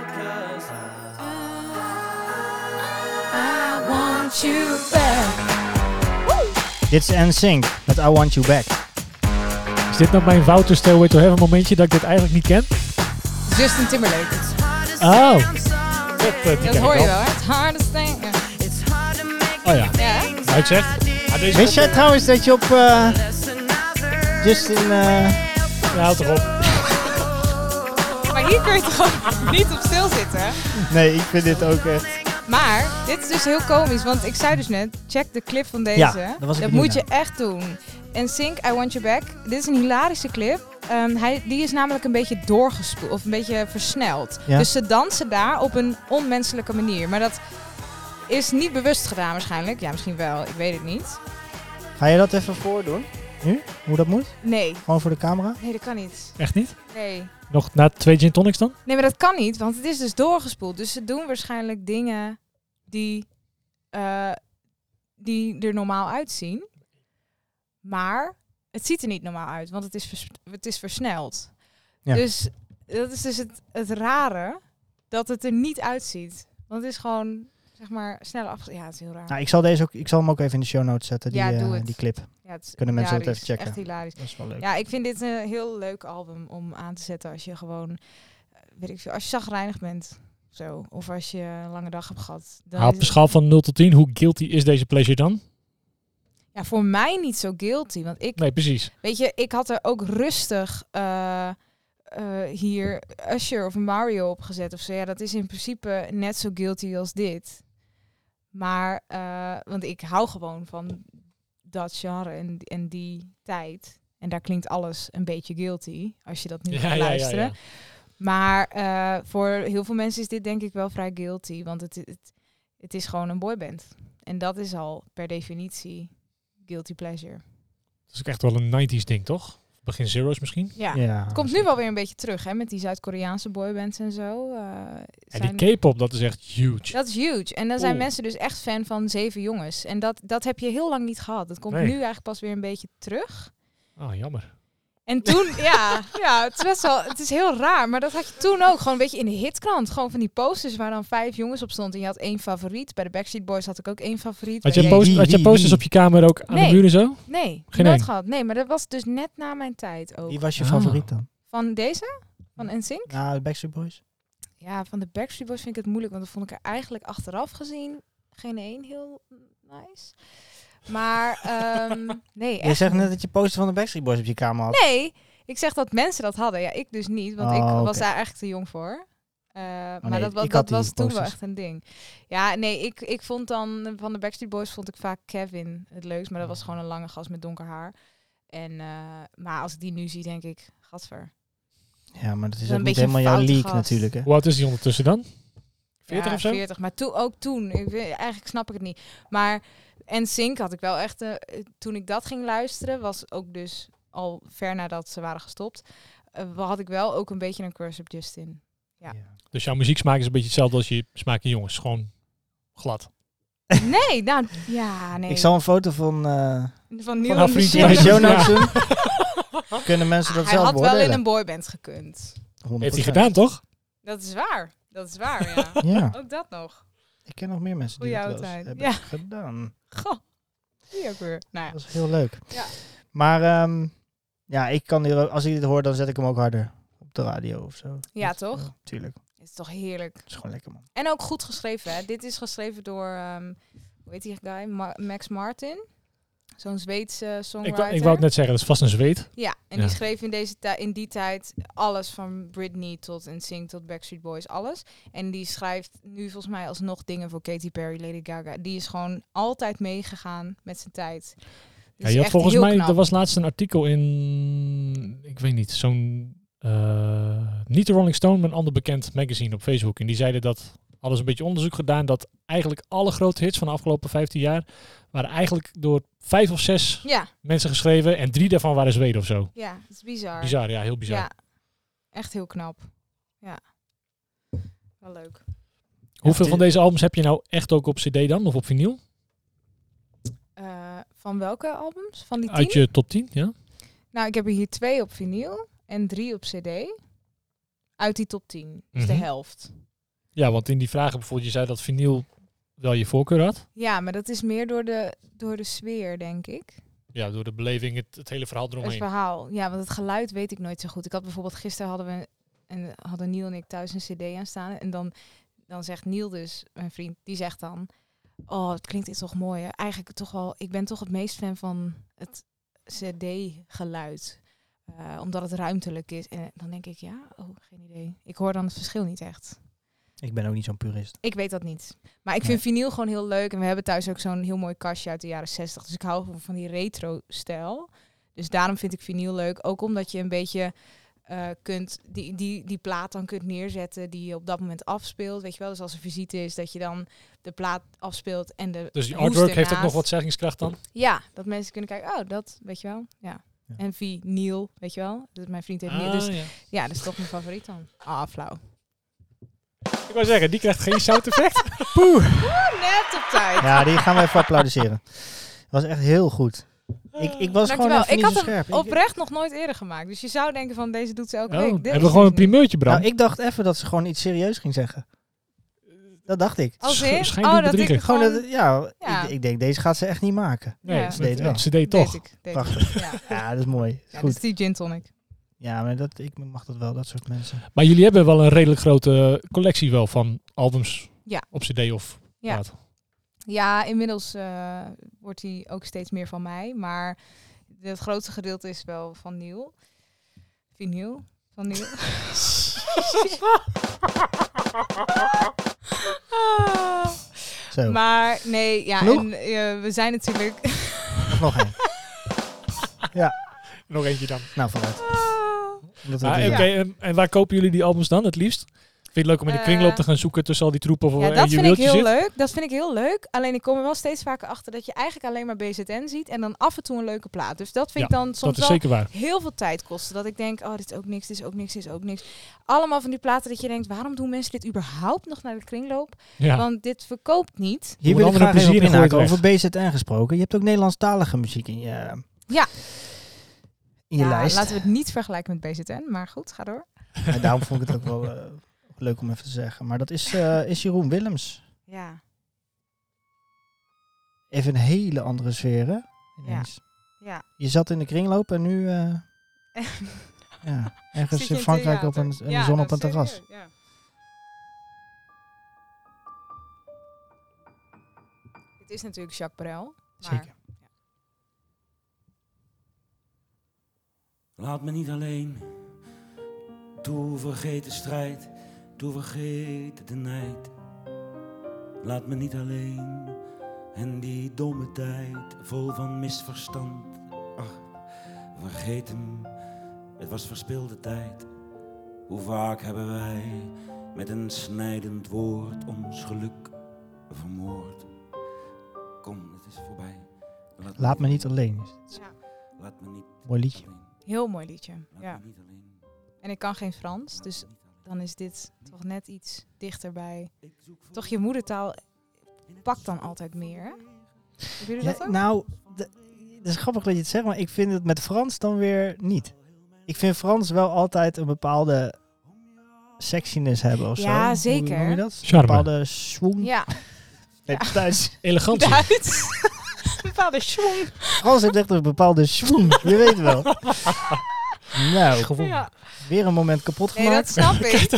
I want you back. Dit is NSYNC met I Want You Back. Is dit nou mijn Wouter Stairway to Heaven momentje dat ik dit eigenlijk niet ken? Justin Timberlake. Oh. Dat hoor je wel, hè? It's hardest thing. Ja. Oh ja. Ja. Nou, ik zeg. Deze Wist jij trouwens dat je op Justin... Ja, houd toch op. Maakt Ja, hier kun je toch niet op stilzitten. Nee, ik vind dit ook echt... Maar dit is dus heel komisch, want ik zei dus net, check de clip van deze. Ja, daar was ik dat benieuwd moet je echt doen. En Sync, I Want You Back. Dit is een hilarische clip. Die is namelijk een beetje doorgespoeld of een beetje versneld. Ja. Dus ze dansen daar op een onmenselijke manier. Maar dat is niet bewust gedaan waarschijnlijk. Ja, misschien wel. Ik weet het niet. Ga je dat even voordoen? Nu? Hoe dat moet? Nee. Gewoon voor de camera? Nee, dat kan niet. Echt niet? Nee. Nog na 2 gin tonics dan? Nee, maar dat kan niet, want het is dus doorgespoeld. Dus ze doen waarschijnlijk dingen die er normaal uitzien. Maar het ziet er niet normaal uit, want het is versneld. Ja. Dus dat is dus het rare, dat het er niet uitziet. Want het is gewoon, zeg maar, sneller af. Ja, het is heel raar. Nou, ik zal hem ook even in de show notes zetten, Ja, doe het. die clip. Ja, het is Kunnen mensen dat hilarisch. even checken? Echt hilarisch. Dat is wel leuk. Ja, ik vind dit een heel leuk album om aan te zetten als je gewoon, weet ik veel, als je zagrijnig bent. Zo. Of als je een lange dag hebt gehad. Dan Op is een het- schaal van 0 tot 10, hoe guilty is deze pleasure dan? Ja, voor mij niet zo guilty. Want ik, Nee, precies. weet je, ik had er ook rustig hier Usher of Mario op gezet of zo. Ja, dat is in principe net zo guilty als dit. Maar, want ik hou gewoon van dat genre en die tijd. En daar klinkt alles een beetje guilty, als je dat nu gaat luisteren. Ja. Maar voor heel veel mensen is dit denk ik wel vrij guilty. Want het is gewoon een boyband. En dat is al per definitie guilty pleasure. Dat is ook echt wel een 90s ding, toch? Begin zero's misschien? Ja. Ja, Het komt nu wel weer een beetje terug, hè, met die Zuid-Koreaanse boybands en zo. En die K-pop, dat is echt huge. Dat is huge. En dan zijn Oeh. mensen dus echt fan van 7 jongens. En dat heb je heel lang niet gehad. Dat komt Nee. nu eigenlijk pas weer een beetje terug. Oh, jammer. En toen, ja, het is heel raar. Maar dat had je toen ook. Gewoon een beetje in de hitkrant. Gewoon van die posters waar dan 5 jongens op stond. En je had 1 favoriet. Bij de Backstreet Boys had ik ook 1 favoriet. Had Bij je, deze- had je posters op je kamer ook aan Nee. de muren zo? Nee, Geen nooit één? gehad. Nee, maar dat was dus net na mijn tijd ook. Wie was je Ah. favoriet dan? Van deze? Van NSYNC? Ja, de Backstreet Boys. Ja, van de Backstreet Boys vind ik het moeilijk. Want dan vond ik er eigenlijk achteraf gezien geen één heel nice. Maar nee, Je echt zegt net niet. dat je poster van de Backstreet Boys op je kamer had. Nee, ik zeg dat mensen dat hadden. Ja, ik dus niet, want ik Oh, was oké. daar eigenlijk te jong voor. Maar nee, dat, ik had dat die was toen wel posters. echt een ding. Ja, nee, ik vond dan van de Backstreet Boys vond ik vaak Kevin het leukst. Maar dat was gewoon een lange gast met donker haar. En, maar als ik die nu zie, denk ik, gadver. Ja, maar dat is Een ook niet beetje een helemaal jouw foute leak gast. natuurlijk, hè? Hoe oud is die ondertussen dan? 40 ja, of zo? 40. Maar ook toen. Eigenlijk snap ik het niet. Maar NSYNC had ik wel echt... toen ik dat ging luisteren, was ook dus al ver nadat ze waren gestopt. Had ik wel ook een beetje een crush op Justin. Ja. Dus jouw muzieksmaak is een beetje hetzelfde als je smaak in jongens. Gewoon glad. Nee, nou... Ja, nee. Ik zal een foto van Van Neil haar en vriend in de Michelle. show notes Ja. doen. Kunnen mensen dat Hij zelf had wel beoordelen? in een boyband gekund. 100%. Heeft hij gedaan, toch? Dat is waar. Dat is waar, ja. Ja, Ook dat nog. ik ken nog meer mensen die Goeie dat wel eens oudheid. hebben Ja. gedaan. Goh. Die ook weer. Nou ja. Dat is heel leuk. Ja. Maar ja, ik kan hier, als ik dit hoor, dan zet ik hem ook harder op de radio of zo. Ja, Dat, toch? tuurlijk. Het is toch heerlijk. Het is gewoon lekker, man. En ook goed geschreven, hè. Dit is geschreven door, hoe heet die guy? Max Martin. Zo'n Zweedse songwriter. Ik wou het net zeggen, dat is vast een zweet. Ja, en Ja. die schreef in die tijd alles van Britney tot NSYNC tot Backstreet Boys, alles. En die schrijft nu volgens mij alsnog dingen voor Katy Perry, Lady Gaga. Die is gewoon altijd meegegaan met zijn tijd. Ja, Dus je had echt volgens heel mij, knap. er was laatst een artikel in, ik weet niet, zo'n, niet de Rolling Stone, maar een ander bekend magazine op Facebook. En die zeiden dat, hadden ze een beetje onderzoek gedaan, dat eigenlijk alle grote hits van de afgelopen 15 jaar waren eigenlijk door 5 of 6 Ja, mensen geschreven en 3 daarvan waren Zweden of zo. ja, het is bizar. Bizar, ja, heel bizar. Ja, echt heel knap. Ja, wel leuk. Hoeveel van deze albums heb je nou echt ook op CD dan, of op vinyl? Van welke albums? Van die 10? Uit je top 10, ja? Nou, ik heb er hier 2 op vinyl en 3 op CD. Uit die top 10. Dus de Mhm. helft. Ja, want in die vragen bijvoorbeeld, je zei dat vinyl wel je voorkeur had. Ja, maar dat is meer door de sfeer, denk ik. Ja, door de beleving, het hele verhaal Het eromheen. verhaal. Ja, want het geluid weet ik nooit zo goed. Ik had bijvoorbeeld gisteren hadden Niel en ik thuis een CD aan staan. En dan zegt Niel dus, mijn vriend, die zegt dan... Oh, het klinkt dit toch mooi, hè? Eigenlijk toch wel... Ik ben toch het meest fan van het CD-geluid. Omdat het ruimtelijk is. En dan denk ik, geen idee. Ik hoor dan het verschil niet echt. Ik ben ook niet zo'n purist. Ik weet dat niet. Maar ik vind vinyl gewoon heel leuk. En we hebben thuis ook zo'n heel mooi kastje uit de jaren 60. Dus ik hou van die retro-stijl. Dus daarom vind ik vinyl leuk. Ook omdat je een beetje kunt die plaat dan kunt neerzetten die je op dat moment afspeelt. Weet je wel, dus als er visite is, dat je dan de plaat afspeelt en de Dus die hoes artwork heeft ook ernaast. nog wat zeggingskracht dan? Ja, dat mensen kunnen kijken, dat, weet je wel. Ja. En vinyl, weet je wel. Dus mijn vriend heeft Neil. Dus ja, dat is toch mijn favoriet dan. Flauw. Ik wou zeggen, die krijgt geen sound effect. Net op tijd. Ja, die gaan we even applaudisseren. Dat was echt heel goed. Ik was gewoon Dankjewel. even Ik niet had zo hem scherp. oprecht nog nooit eerder gemaakt. Dus je zou denken van deze doet ze elke week. Dit Hebben we gewoon een primeurtje, Bram? Nou, ik dacht even dat ze gewoon iets serieus ging zeggen. Dat dacht ik. Als in? Schijn doet dat bedriegen. ik Gewoon gewoon... dat, ja, Ja. Ik denk, deze gaat ze echt niet maken. Nee, Ja. Ze deed wel. Ze deed toch. Deed ik. Prachtig. Ja. Ja, dat is mooi. Is Ja, goed. dat is die gin tonic. Ja, maar ik mag dat wel, dat soort mensen. Maar jullie hebben wel een redelijk grote collectie wel van albums Ja. op cd of Ja. plaat. Ja, inmiddels wordt hij ook steeds meer van mij. Maar het grootste gedeelte is wel van Neil. Vinyl van Neil. Zo, Maar nee, ja, Genoeg? en we zijn natuurlijk... of nog één. Nog eentje dan. Nou, vooruit. Omdat we Ah, het Oké, doen. en waar kopen jullie die albums dan het liefst? Vind je het leuk om in de kringloop te gaan zoeken tussen al die troepen of Ja, een dat vind ik juweeltje heel zit? leuk. Dat vind ik heel leuk. Alleen ik kom er wel steeds vaker achter dat je eigenlijk alleen maar BZN ziet en dan af en toe een leuke plaat. Dus dat vind ik dan Dat soms is wel zeker waar. heel veel tijd kosten. Dat ik denk, dit is ook niks, dit is ook niks, dit is ook niks. Allemaal van die platen dat je denkt, waarom doen mensen dit überhaupt nog naar de kringloop? Ja. Want dit verkoopt niet. Hier Doe wil ik een andere graag even op plezier en gooi inhaken het over BZN gesproken. Je hebt ook Nederlandstalige muziek in je, Ja. in je Ja, lijst. laten we het niet vergelijken met BZN, maar goed, ga door. En daarom vond ik het ook wel leuk om even te zeggen. Maar dat is Jeroen Willems. Ja. Even een hele andere sfeer, hè? Ineens. Ja. Je zat in de kringloop en nu ergens Zit je in Frankrijk theater? in de Ja, zon nou, op een terras. serieus, ja. Dit is natuurlijk Jacques Brel. Maar Zeker. Laat me niet alleen, toe vergeet de strijd, toe vergeet de nijd. Laat me niet alleen, en die domme tijd, vol van misverstand. Ach, vergeet hem, het was verspilde tijd. Hoe vaak hebben wij met een snijdend woord ons geluk vermoord. Kom, het is voorbij. Laat me niet alleen. Ja. Laat me niet Mooi liedje. alleen. Heel mooi liedje. Laat Ja. me niet alleen. En ik kan geen Frans, dus dan is dit toch net iets dichterbij. Ik zoek voor Toch je moedertaal pakt dan altijd meer, hè? Hebben jullie dat ook? Nou, het is grappig dat je het zegt, maar ik vind het met Frans dan weer niet. Ik vind Frans wel altijd een bepaalde sexiness hebben of zo. Ja, Hoe zeker. noem je dat? Charme. Een bepaalde swoon. Ja, Nee, Duits. Elegantie. Duits. Een bepaalde schwung. Frans heeft echt een bepaalde swoon. Je weet wel. Nou, Gewoon. Ja. weer een moment kapot Nee, dat gemaakt. snap ik.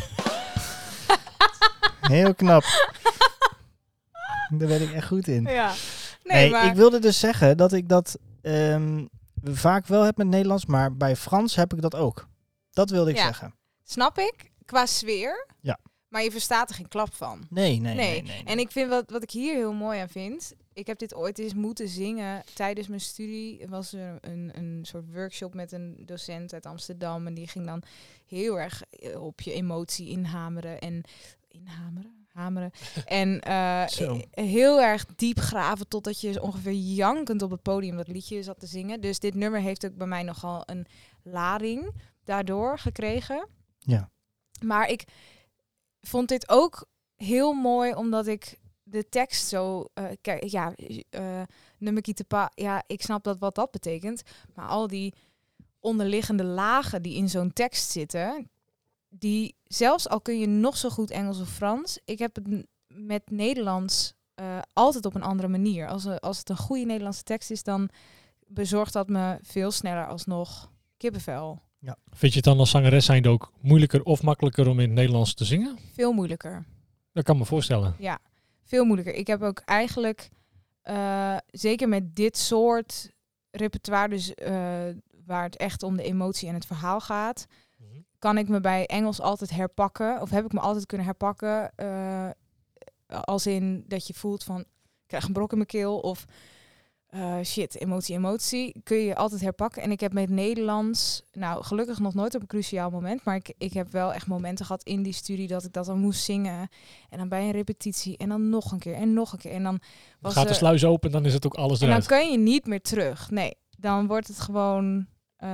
Heel knap. Daar ben ik echt goed in. Ja. Nee, maar... ik wilde dus zeggen dat ik dat vaak wel heb met Nederlands, maar bij Frans heb ik dat ook. Dat wilde ik Ja. zeggen. Snap ik, qua sfeer. Ja. Maar je verstaat er geen klap van. Nee. En ik vind wat ik hier heel mooi aan vind. Ik heb dit ooit eens moeten zingen tijdens mijn studie. Er was er een soort workshop met een docent uit Amsterdam. En die ging dan heel erg op je emotie inhameren. Hameren. En Zo. heel erg diep graven totdat je ongeveer jankend op het podium dat liedje zat te zingen. Dus dit nummer heeft ook bij mij nogal een lading daardoor gekregen. Ja. Maar ik vond dit ook heel mooi omdat ik de tekst zo... ne me quitte pas. Ja, ik snap wat dat betekent. Maar al die onderliggende lagen die in zo'n tekst zitten... die zelfs al kun je nog zo goed Engels of Frans... ik heb het met Nederlands altijd op een andere manier. Als het een goede Nederlandse tekst is... dan bezorgt dat me veel sneller alsnog kippenvel. Vind je het dan als zangeres zijnde ook moeilijker of makkelijker om in het Nederlands te zingen? Veel moeilijker. Dat kan me voorstellen. Ja, veel moeilijker. Ik heb ook eigenlijk, zeker met dit soort repertoire, dus waar het echt om de emotie en het verhaal gaat, kan ik me bij Engels altijd herpakken. Of heb ik me altijd kunnen herpakken. Als in dat je voelt van, ik krijg een brok in mijn keel. Of shit, emotie. Kun je altijd herpakken. En ik heb met Nederlands, nou gelukkig nog nooit op een cruciaal moment. Maar ik heb wel echt momenten gehad in die studie dat ik dat dan moest zingen. En dan bij een repetitie. En dan nog een keer en nog een keer. En dan gaat de sluis open, dan is het ook alles en eruit. dan kun je niet meer terug. Nee, dan wordt het gewoon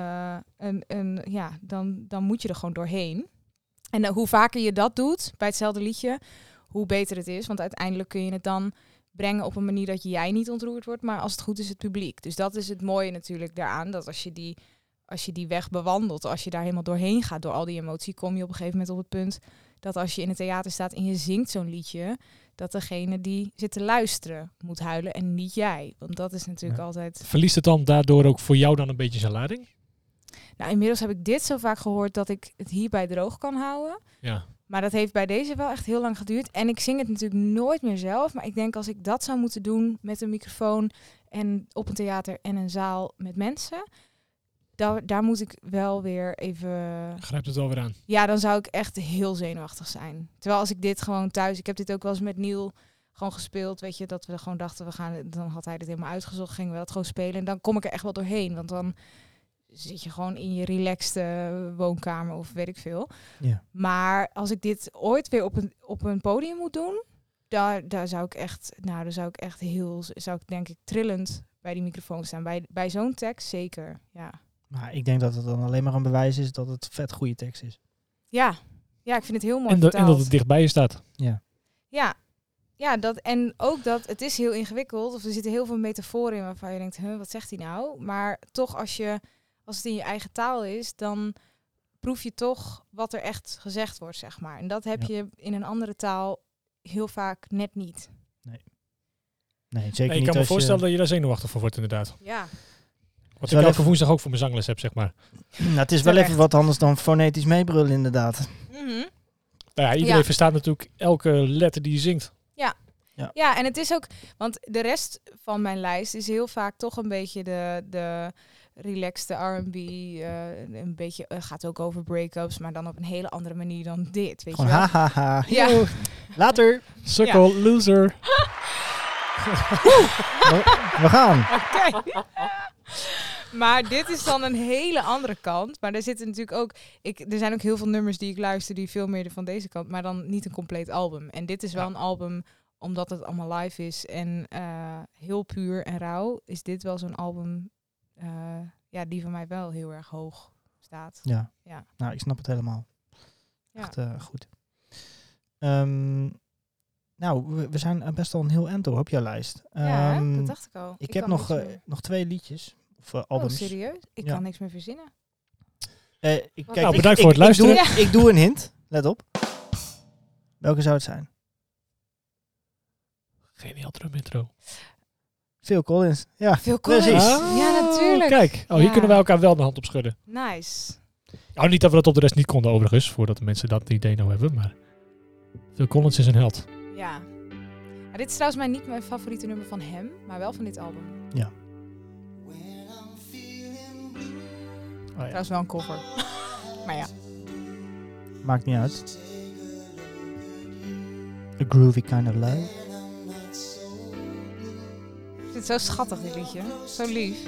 dan moet je er gewoon doorheen. En hoe vaker je dat doet bij hetzelfde liedje, hoe beter het is. Want uiteindelijk kun je het dan brengen op een manier dat jij niet ontroerd wordt, maar als het goed is het publiek. Dus dat is het mooie natuurlijk daaraan, dat als je die weg bewandelt, als je daar helemaal doorheen gaat door al die emotie, kom je op een gegeven moment op het punt dat als je in het theater staat en je zingt zo'n liedje, dat degene die zit te luisteren moet huilen en niet jij. Want dat is natuurlijk altijd... Verliest het dan daardoor ook voor jou dan een beetje zijn lading? Nou, inmiddels heb ik dit zo vaak gehoord dat ik het hierbij droog kan houden. Ja. Maar dat heeft bij deze wel echt heel lang geduurd. En ik zing het natuurlijk nooit meer zelf. Maar ik denk als ik dat zou moeten doen met een microfoon en op een theater en een zaal met mensen, daar moet ik wel weer even... Grijpt het wel weer aan? Ja, dan zou ik echt heel zenuwachtig zijn. Terwijl als ik dit gewoon thuis... Ik heb dit ook wel eens met Neil gewoon gespeeld. Weet je, dat we gewoon dachten, dan had hij dit helemaal uitgezocht. Gingen we dat gewoon spelen. En dan kom ik er echt wel doorheen. Want dan zit je gewoon in je relaxte woonkamer of weet ik veel. Ja. Maar als ik dit ooit weer op een podium moet doen, daar zou ik echt, zou ik denk ik trillend bij die microfoon staan. Bij zo'n tekst zeker, ja. Maar ik denk dat het dan alleen maar een bewijs is dat het vet goede tekst is. Ja, ik vind het heel mooi en vertaald. dat het dichtbij je staat. Ja. Ja, en ook dat het is heel ingewikkeld. Of er zitten heel veel metaforen in waarvan je denkt, wat zegt hij nou? Maar toch als het in je eigen taal is, dan proef je toch wat er echt gezegd wordt, zeg maar. En dat heb je in een andere taal heel vaak net niet. Nee, zeker niet. Ik kan me voorstellen dat je daar zenuwachtig van wordt, inderdaad. Ja. Wat ik elke woensdag ook voor mijn zangles heb, zeg maar. Nou, het is wel even wat anders dan fonetisch meebrullen, inderdaad. Mm-hmm. Nou ja, iedereen verstaat natuurlijk elke letter die je zingt. Ja, en het is ook... Want de rest van mijn lijst is heel vaak toch een beetje de relaxed R&B. Een beetje gaat ook over break-ups, maar dan op een hele andere manier dan dit. Weet Gewoon je wel? hahaha. Ja. Yo, later. Sukkel, loser. We gaan. Oké. Maar dit is dan een hele andere kant. Maar er zitten natuurlijk ook... Er zijn ook heel veel nummers die ik luister die veel meer van deze kant, maar dan niet een compleet album. En dit is wel een album, omdat het allemaal live is en heel puur en rauw, is dit wel zo'n album die van mij wel heel erg hoog staat. Ja. Ja. Nou, ik snap het helemaal. Ja. Echt goed. Nou, we zijn best al een heel eind op jouw lijst. Ja, dat dacht ik al. Ik heb nog 2 liedjes. Of albums. Oh, serieus? Ik kan niks meer verzinnen. Bedankt voor het luisteren. Ik doe een hint. Let op. Welke zou het zijn? Geniaal drum intro. Phil Collins. Ja, Phil Collins. Precies. Ja, natuurlijk. Kijk, hier kunnen wij elkaar wel de hand op schudden. Nice. Nou, niet dat we dat op de rest niet konden overigens, voordat de mensen dat idee nou hebben, maar Phil Collins is een held. Ja. Dit is trouwens niet mijn favoriete nummer van hem, maar wel van dit album. Ja. Trouwens wel een cover. Maar ja. Maakt niet uit. A groovy kind of love. Ik vind het zo schattig, dit liedje. Zo lief.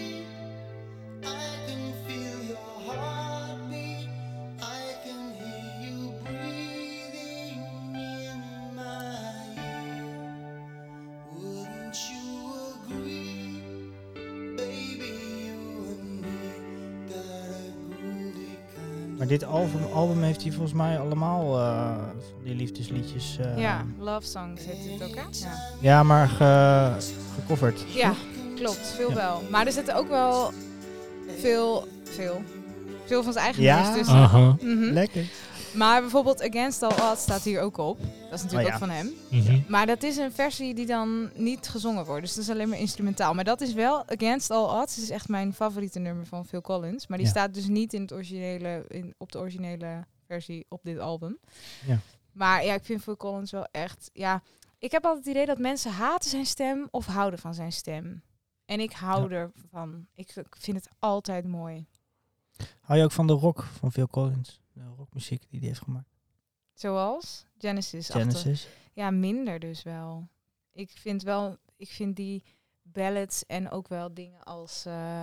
Maar dit album heeft hij volgens mij allemaal van die liefdesliedjes. Ja, Love Songs heet het ook, hè? Ja, ja maar gecoverd. Ja, klopt. Veel wel. Maar er zitten ook wel veel van zijn eigen nummers tussen. Aha. Lekker. Maar bijvoorbeeld Against All Odds staat hier ook op. Dat is natuurlijk ook van hem. Maar dat is een versie die dan niet gezongen wordt. Dus dat is alleen maar instrumentaal. Maar dat is wel Against All Odds. Dat is echt mijn favoriete nummer van Phil Collins. Maar die staat dus niet in het op de originele versie op dit album. Ja. Maar ja, ik vind Phil Collins wel echt... Ja, ik heb altijd het idee dat mensen haten zijn stem of houden van zijn stem. En ik hou ervan. Ik vind het altijd mooi. Hou je ook van de rock van Phil Collins? De rockmuziek die hij heeft gemaakt? Zoals Genesis. Genesis. Ja, minder dus wel. Ik vind die ballads en ook wel dingen als...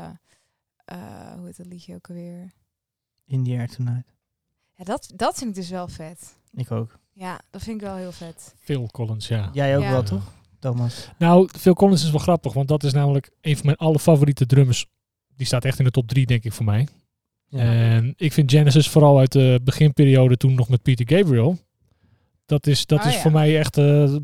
hoe heet dat liedje ook alweer? In the Air Tonight. Ja, dat vind ik dus wel vet. Ik ook. Ja, dat vind ik wel heel vet. Phil Collins, ja. Jij ook Ja. wel, toch, Thomas? Nou, Phil Collins is wel grappig, want dat is namelijk een van mijn allerfavoriete drummers. Die staat echt in de top 3, denk ik, voor mij. Ja. En ik vind Genesis vooral uit de beginperiode toen nog met Peter Gabriel. Dat is voor mij echt,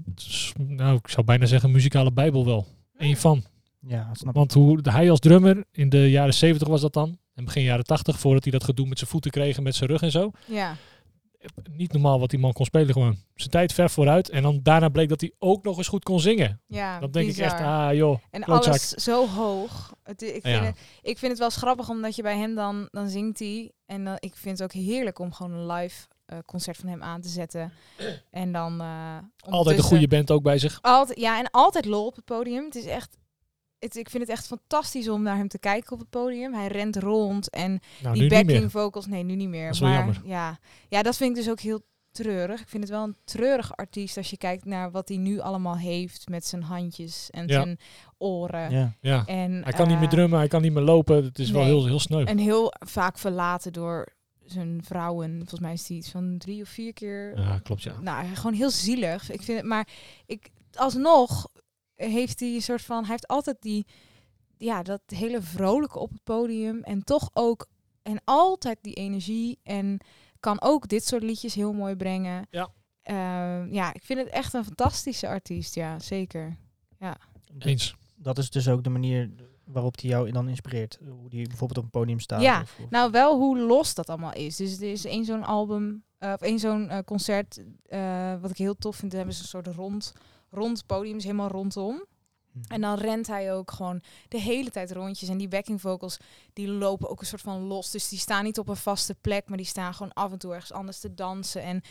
ik zou bijna zeggen, muzikale bijbel wel. Eén van. Ja, snap ik. Want hoe hij als drummer, in de jaren 70 was dat dan, en begin jaren 80, voordat hij dat gedoe met zijn voeten kreeg en met zijn rug en zo. Ja. Niet normaal wat die man kon spelen gewoon. Zijn tijd ver vooruit. En dan daarna bleek dat hij ook nog eens goed kon zingen. Ja, Dan denk bizar. ik echt, joh. En klootzak. alles zo hoog. Ik vind het wel grappig, omdat je bij hem dan zingt hij. En ik vind het ook heerlijk om gewoon een live concert van hem aan te zetten. En dan Altijd een goede band ook bij zich. En altijd lol op het podium. Het is echt... Ik vind het echt fantastisch om naar hem te kijken op het podium. Hij rent rond en Nou, die nu niet meer. backing vocals... Nee, nu niet meer. Dat is wel jammer. Ja, dat vind ik dus ook heel treurig. Ik vind het wel een treurige artiest als je kijkt naar wat hij nu allemaal heeft met zijn handjes en zijn oren. Ja. Ja. En, Hij kan niet meer drummen, hij kan niet meer lopen. Het is wel heel, heel sneu. En heel vaak verlaten door zijn vrouwen. Volgens mij is hij iets van 3 of 4 keer. Ja, klopt, ja. Nou, gewoon heel zielig. Ik vind het, maar alsnog heeft hij een soort van... Hij heeft altijd dat hele vrolijke op het podium. En toch ook... En altijd die energie. En kan ook dit soort liedjes heel mooi brengen. Ja. Ik vind het echt een fantastische artiest. Ja, zeker. Ja. Eens. Dat is dus ook de manier waarop hij jou dan inspireert. Hoe die bijvoorbeeld op een podium staat. Ja, of nou wel hoe los dat allemaal is. Dus er is één zo'n album, of één zo'n concert, wat ik heel tof vind. Daar hebben ze een soort rond podium, is helemaal rondom. En dan rent hij ook gewoon de hele tijd rondjes. En die backing vocals, die lopen ook een soort van los. Dus die staan niet op een vaste plek, maar die staan gewoon af en toe ergens anders te dansen. En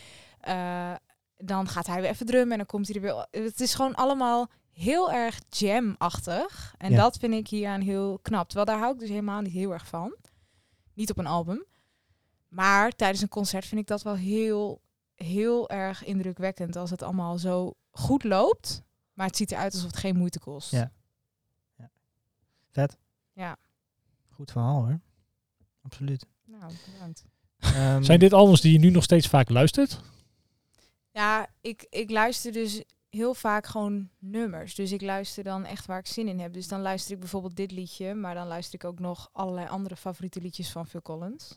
dan gaat hij weer even drummen en dan komt hij er weer... Het is gewoon allemaal heel erg jam-achtig. En dat vind ik hieraan heel knap. Terwijl daar hou ik dus helemaal niet heel erg van. Niet op een album. Maar tijdens een concert vind ik dat wel heel, heel erg indrukwekkend. Als het allemaal zo goed loopt... Maar het ziet eruit alsof het geen moeite kost. Ja. Vet. Ja. Goed verhaal hoor. Absoluut. Nou, bedankt. Zijn dit albums die je nu nog steeds vaak luistert? Ja, ik luister dus heel vaak gewoon nummers. Dus ik luister dan echt waar ik zin in heb. Dus dan luister ik bijvoorbeeld dit liedje. Maar dan luister ik ook nog allerlei andere favoriete liedjes van Phil Collins.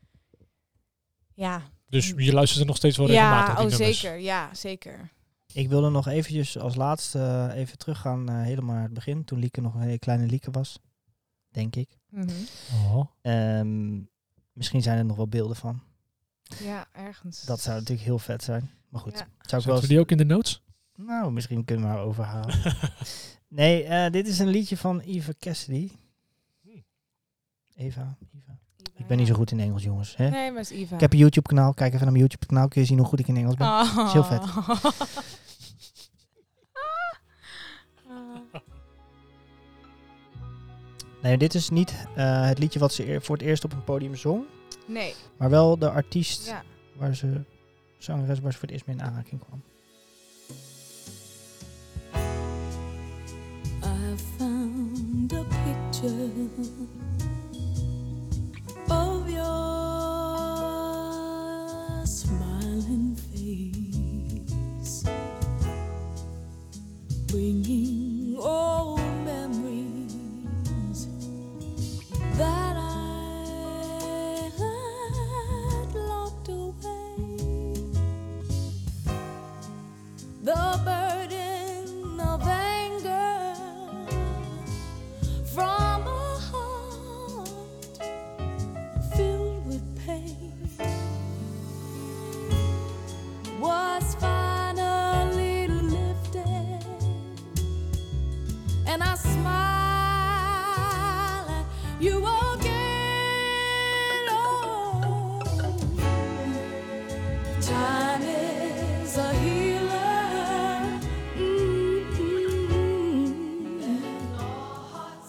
Ja. Dus je luistert er nog steeds wel regelmatig die nummers? Zeker. Ja, zeker. Ik wilde nog eventjes als laatste even teruggaan helemaal naar het begin. Toen Lieke nog een hele kleine Lieke was. Denk ik. Mm-hmm. Misschien zijn er nog wel beelden van. Ja, ergens. Dat zou natuurlijk heel vet zijn. Maar goed. Ja. Zetten we die ook in de notes? Nou, misschien kunnen we haar overhalen. Nee, dit is een liedje van Eva Cassidy. Eva. Ik ben niet zo goed in Engels, jongens. Hè? Nee, maar het is Eva. Ik heb een YouTube kanaal. Kijk even naar mijn YouTube kanaal. Kun je zien hoe goed ik in Engels ben. Oh. Dat is heel vet. Nee, dit is niet het liedje wat ze voor het eerst op een podium zong. Nee. Maar wel de artiest zangeres waar ze voor het eerst mee in aanraking kwam. I found a picture of your smiling face, bringing old memories that I had locked away. The burden of anger from a heart filled with pain was finally lifted, and I smile at you again. Oh, time is a healer. And our hearts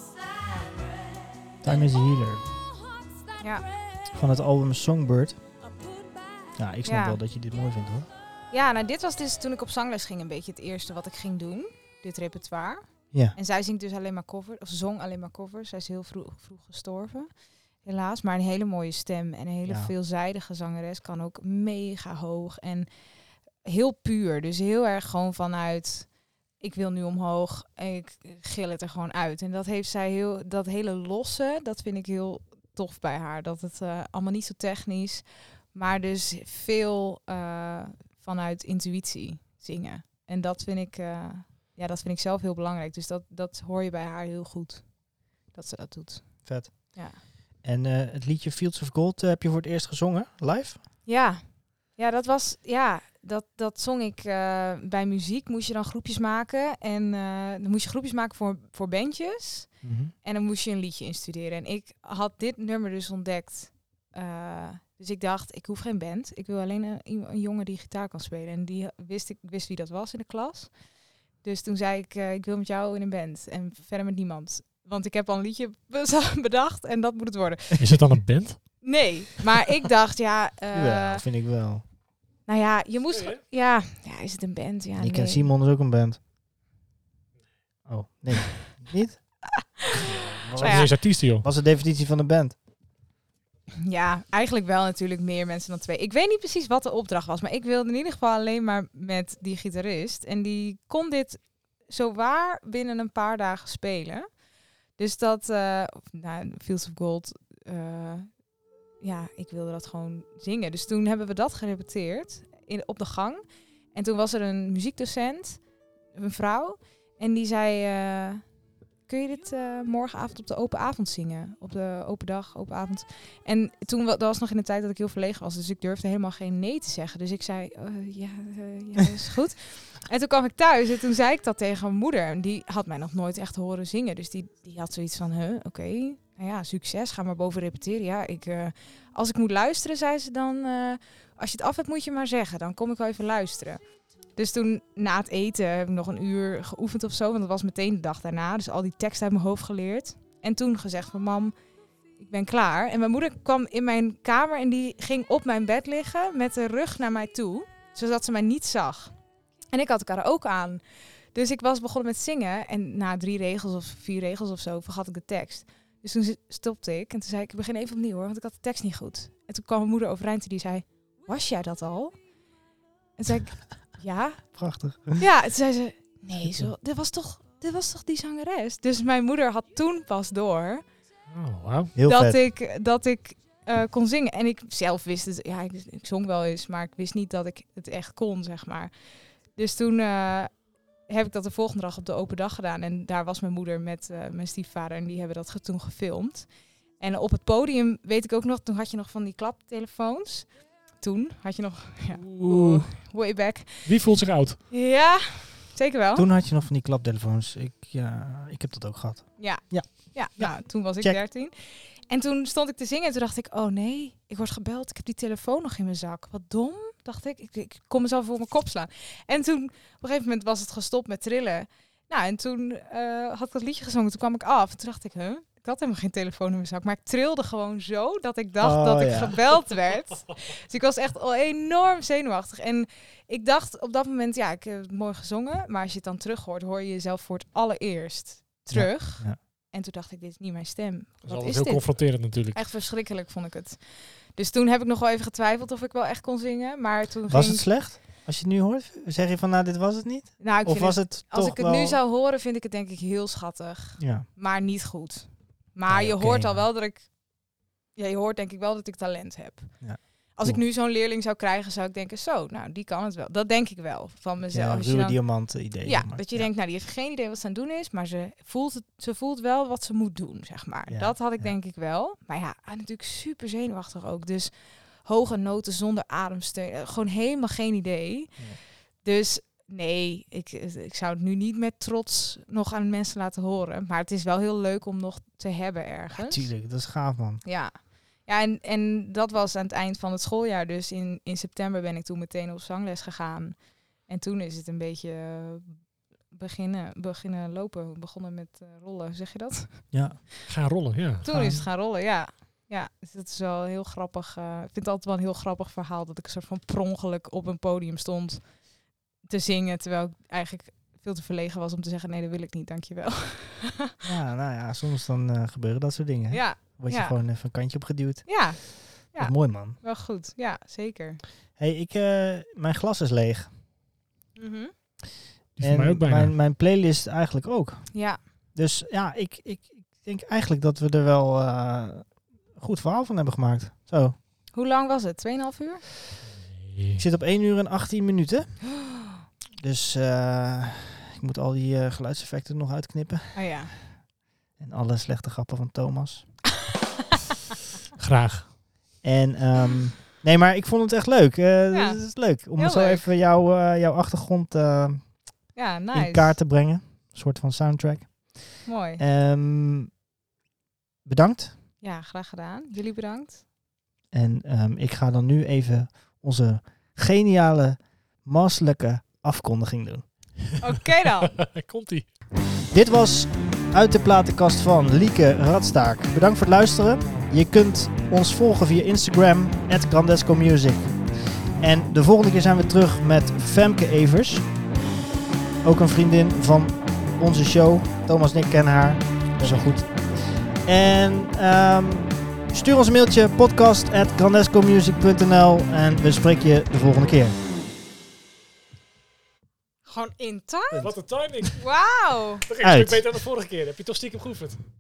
Time is a Healer. Ja. Van het album Songbird. Ja, ik snap Ja. wel dat je dit mooi vindt hoor. Ja, nou dit was dus toen ik op zangles ging een beetje het eerste wat ik ging doen. Dit repertoire. Ja. En zij zingt dus alleen maar covers, of zong alleen maar covers. Zij is heel vroeg gestorven, helaas. Maar een hele mooie stem en een hele veelzijdige zangeres. Kan ook mega hoog en heel puur. Dus heel erg gewoon vanuit, ik wil nu omhoog en ik gil het er gewoon uit. En dat heeft zij dat hele losse, dat vind ik heel tof bij haar. Dat het allemaal niet zo technisch, maar dus veel vanuit intuïtie zingen. En dat vind ik... dat vind ik zelf heel belangrijk. Dus dat hoor je bij haar heel goed. Dat ze dat doet. Vet. Ja. En het liedje Fields of Gold heb je voor het eerst gezongen, live? Ja, dat was... Ja, dat zong ik bij muziek. Moest je dan groepjes maken. En dan moest je groepjes maken voor bandjes. Mm-hmm. En dan moest je een liedje instuderen. En ik had dit nummer dus ontdekt. Dus ik dacht, ik hoef geen band. Ik wil alleen een jongen die gitaar kan spelen. En ik wist wie dat was in de klas. Dus toen zei ik wil met jou in een band. En verder met niemand. Want ik heb al een liedje bedacht en dat moet het worden. Is het dan een band? Nee, maar ik dacht, Ja, vind ik wel. Nou ja, je moest... Ja, is het een band? Ja, Je kent Simon is ook een band. Oh, nee. Niet? Wat is deze artiesten, joh? Wat is de definitie van een band? Ja, eigenlijk wel natuurlijk meer mensen dan 2. Ik weet niet precies wat de opdracht was, maar ik wilde in ieder geval alleen maar met die gitarist. En die kon dit zowaar binnen een paar dagen spelen. Dus dat, Fields of Gold, ik wilde dat gewoon zingen. Dus toen hebben we dat gerepeteerd op de gang. En toen was er een muziekdocent, een vrouw, en die zei... kun je dit morgenavond op de open avond zingen? Op de open dag, open avond. En toen dat was nog in de tijd dat ik heel verlegen was. Dus ik durfde helemaal geen nee te zeggen. Dus ik zei, dat is goed. En toen kwam ik thuis en toen zei ik dat tegen mijn moeder. En die had mij nog nooit echt horen zingen. Dus die had zoiets van, oké. Nou ja, succes. Ga maar boven repeteren. Ja, als ik moet luisteren, zei ze dan... als je het af hebt, moet je maar zeggen. Dan kom ik wel even luisteren. Dus toen na het eten heb ik nog een uur geoefend of zo. Want dat was meteen de dag daarna. Dus al die tekst uit mijn hoofd geleerd. En toen gezegd van mam, ik ben klaar. En mijn moeder kwam in mijn kamer en die ging op mijn bed liggen met de rug naar mij toe. Zodat ze mij niet zag. En ik had karaoke aan. Dus ik was begonnen met zingen. En na 3 regels of 4 regels of zo vergat ik de tekst. Dus toen stopte ik. En toen zei ik begin even opnieuw hoor, want ik had de tekst niet goed. En toen kwam mijn moeder overeind en die zei, was jij dat al? En toen zei ik... Ja. Prachtig. Ja, toen zei ze, nee, dit was toch die zangeres? Dus mijn moeder had toen pas door Heel dat ik kon zingen. En ik zelf wist het, ik zong wel eens, maar ik wist niet dat ik het echt kon, zeg maar. Dus toen heb ik dat de volgende dag op de open dag gedaan. En daar was mijn moeder met mijn stiefvader en die hebben dat toen gefilmd. En op het podium, weet ik ook nog, toen had je nog van die klaptelefoons. Toen had je nog... Ja, way back. Wie voelt zich oud? Ja, zeker wel. Toen had je nog van die klaptelefoons. Ik heb dat ook gehad. Ja. Nou, toen was ik 13. En toen stond ik te zingen en toen dacht ik... Oh nee, ik word gebeld. Ik heb die telefoon nog in mijn zak. Wat dom, dacht ik. Ik kon mezelf voor mijn kop slaan. En toen, op een gegeven moment was het gestopt met trillen. Nou, en toen had ik dat liedje gezongen. Toen kwam ik af. En toen dacht ik, ik had helemaal geen telefoon in mijn zak. Maar ik trilde gewoon zo dat ik dacht dat ik gebeld werd. Dus ik was echt al enorm zenuwachtig. En ik dacht op dat moment, ik heb het mooi gezongen. Maar als je het dan terug hoort, hoor je jezelf voor het allereerst terug. Ja. En toen dacht ik, dit is niet mijn stem. Dat is heel confronterend natuurlijk. Echt verschrikkelijk vond ik het. Dus toen heb ik nog wel even getwijfeld of ik wel echt kon zingen. Maar toen was het slecht? Als je het nu hoort, zeg je van, dit was het niet? Nou, of was het als toch ik het nu zou horen, vind ik het denk ik heel schattig. Ja. Maar niet goed. Maar je hoort al wel dat ik... Ja, je hoort denk ik wel dat ik talent heb. Ja. Als ik nu zo'n leerling zou krijgen, zou ik denken... Zo, nou, die kan het wel. Dat denk ik wel van mezelf. Ja, ruwe diamant idee. Ja, dat je denkt, nou, die heeft geen idee wat ze aan het doen is... maar ze voelt wel wat ze moet doen, zeg maar. Ja, dat had ik denk ik wel. Maar ja, natuurlijk super zenuwachtig ook. Dus hoge noten zonder ademsteun. Gewoon helemaal geen idee. Ja. Dus... Nee, ik zou het nu niet met trots nog aan mensen laten horen. Maar het is wel heel leuk om nog te hebben ergens. Ja, tuurlijk, dat is gaaf, man. Ja, en dat was aan het eind van het schooljaar. Dus in september ben ik toen meteen op zangles gegaan. En toen is het een beetje beginnen lopen. We begonnen met rollen, zeg je dat? Ja. Gaan rollen, ja. Toen is het gaan rollen, ja. Ja, dus dat is wel heel grappig. Ik vind het altijd wel een heel grappig verhaal dat ik een soort van per ongeluk op een podium stond te zingen, terwijl ik eigenlijk veel te verlegen was om te zeggen, nee, dat wil ik niet, dankjewel. Ja, nou ja, soms dan gebeuren dat soort dingen. Ja. Word je gewoon even een kantje opgeduwd. Ja. Dat is mooi, man. Wel goed, ja, zeker. Hey, mijn glas is leeg. Mm-hmm. Die voor mij ook bijna. Mijn playlist eigenlijk ook. Ja. Dus ja, ik denk eigenlijk dat we er wel een goed verhaal van hebben gemaakt. Zo. Hoe lang was het? 2,5 uur? Ik zit op 1 uur en 18 minuten. Dus ik moet al die geluidseffecten nog uitknippen. Oh ja. En alle slechte grappen van Thomas. Graag. En nee, maar ik vond het echt leuk. Het is leuk om Heel zo leuk. even jouw achtergrond Ja, nice. in kaart te brengen. Een soort van soundtrack. Mooi. Bedankt. Ja, graag gedaan. Jullie bedankt. En ik ga dan nu even onze geniale, masterlijke afkondiging doen. Oké dan. Komt-ie. Dit was Uit de Platenkast van Lieke Radstaak. Bedankt voor het luisteren. Je kunt ons volgen via Instagram, @grandescomusic. En de volgende keer zijn we terug met Femke Evers. Ook een vriendin van onze show. Thomas en ik kennen haar. Best wel goed. En stuur ons een mailtje, podcast@grandescomusic.nl. En we spreken je de volgende keer. Gewoon in time? Wat een timing. Wauw. Dat ging een stuk beter dan de vorige keer. Heb je toch stiekem geoefend?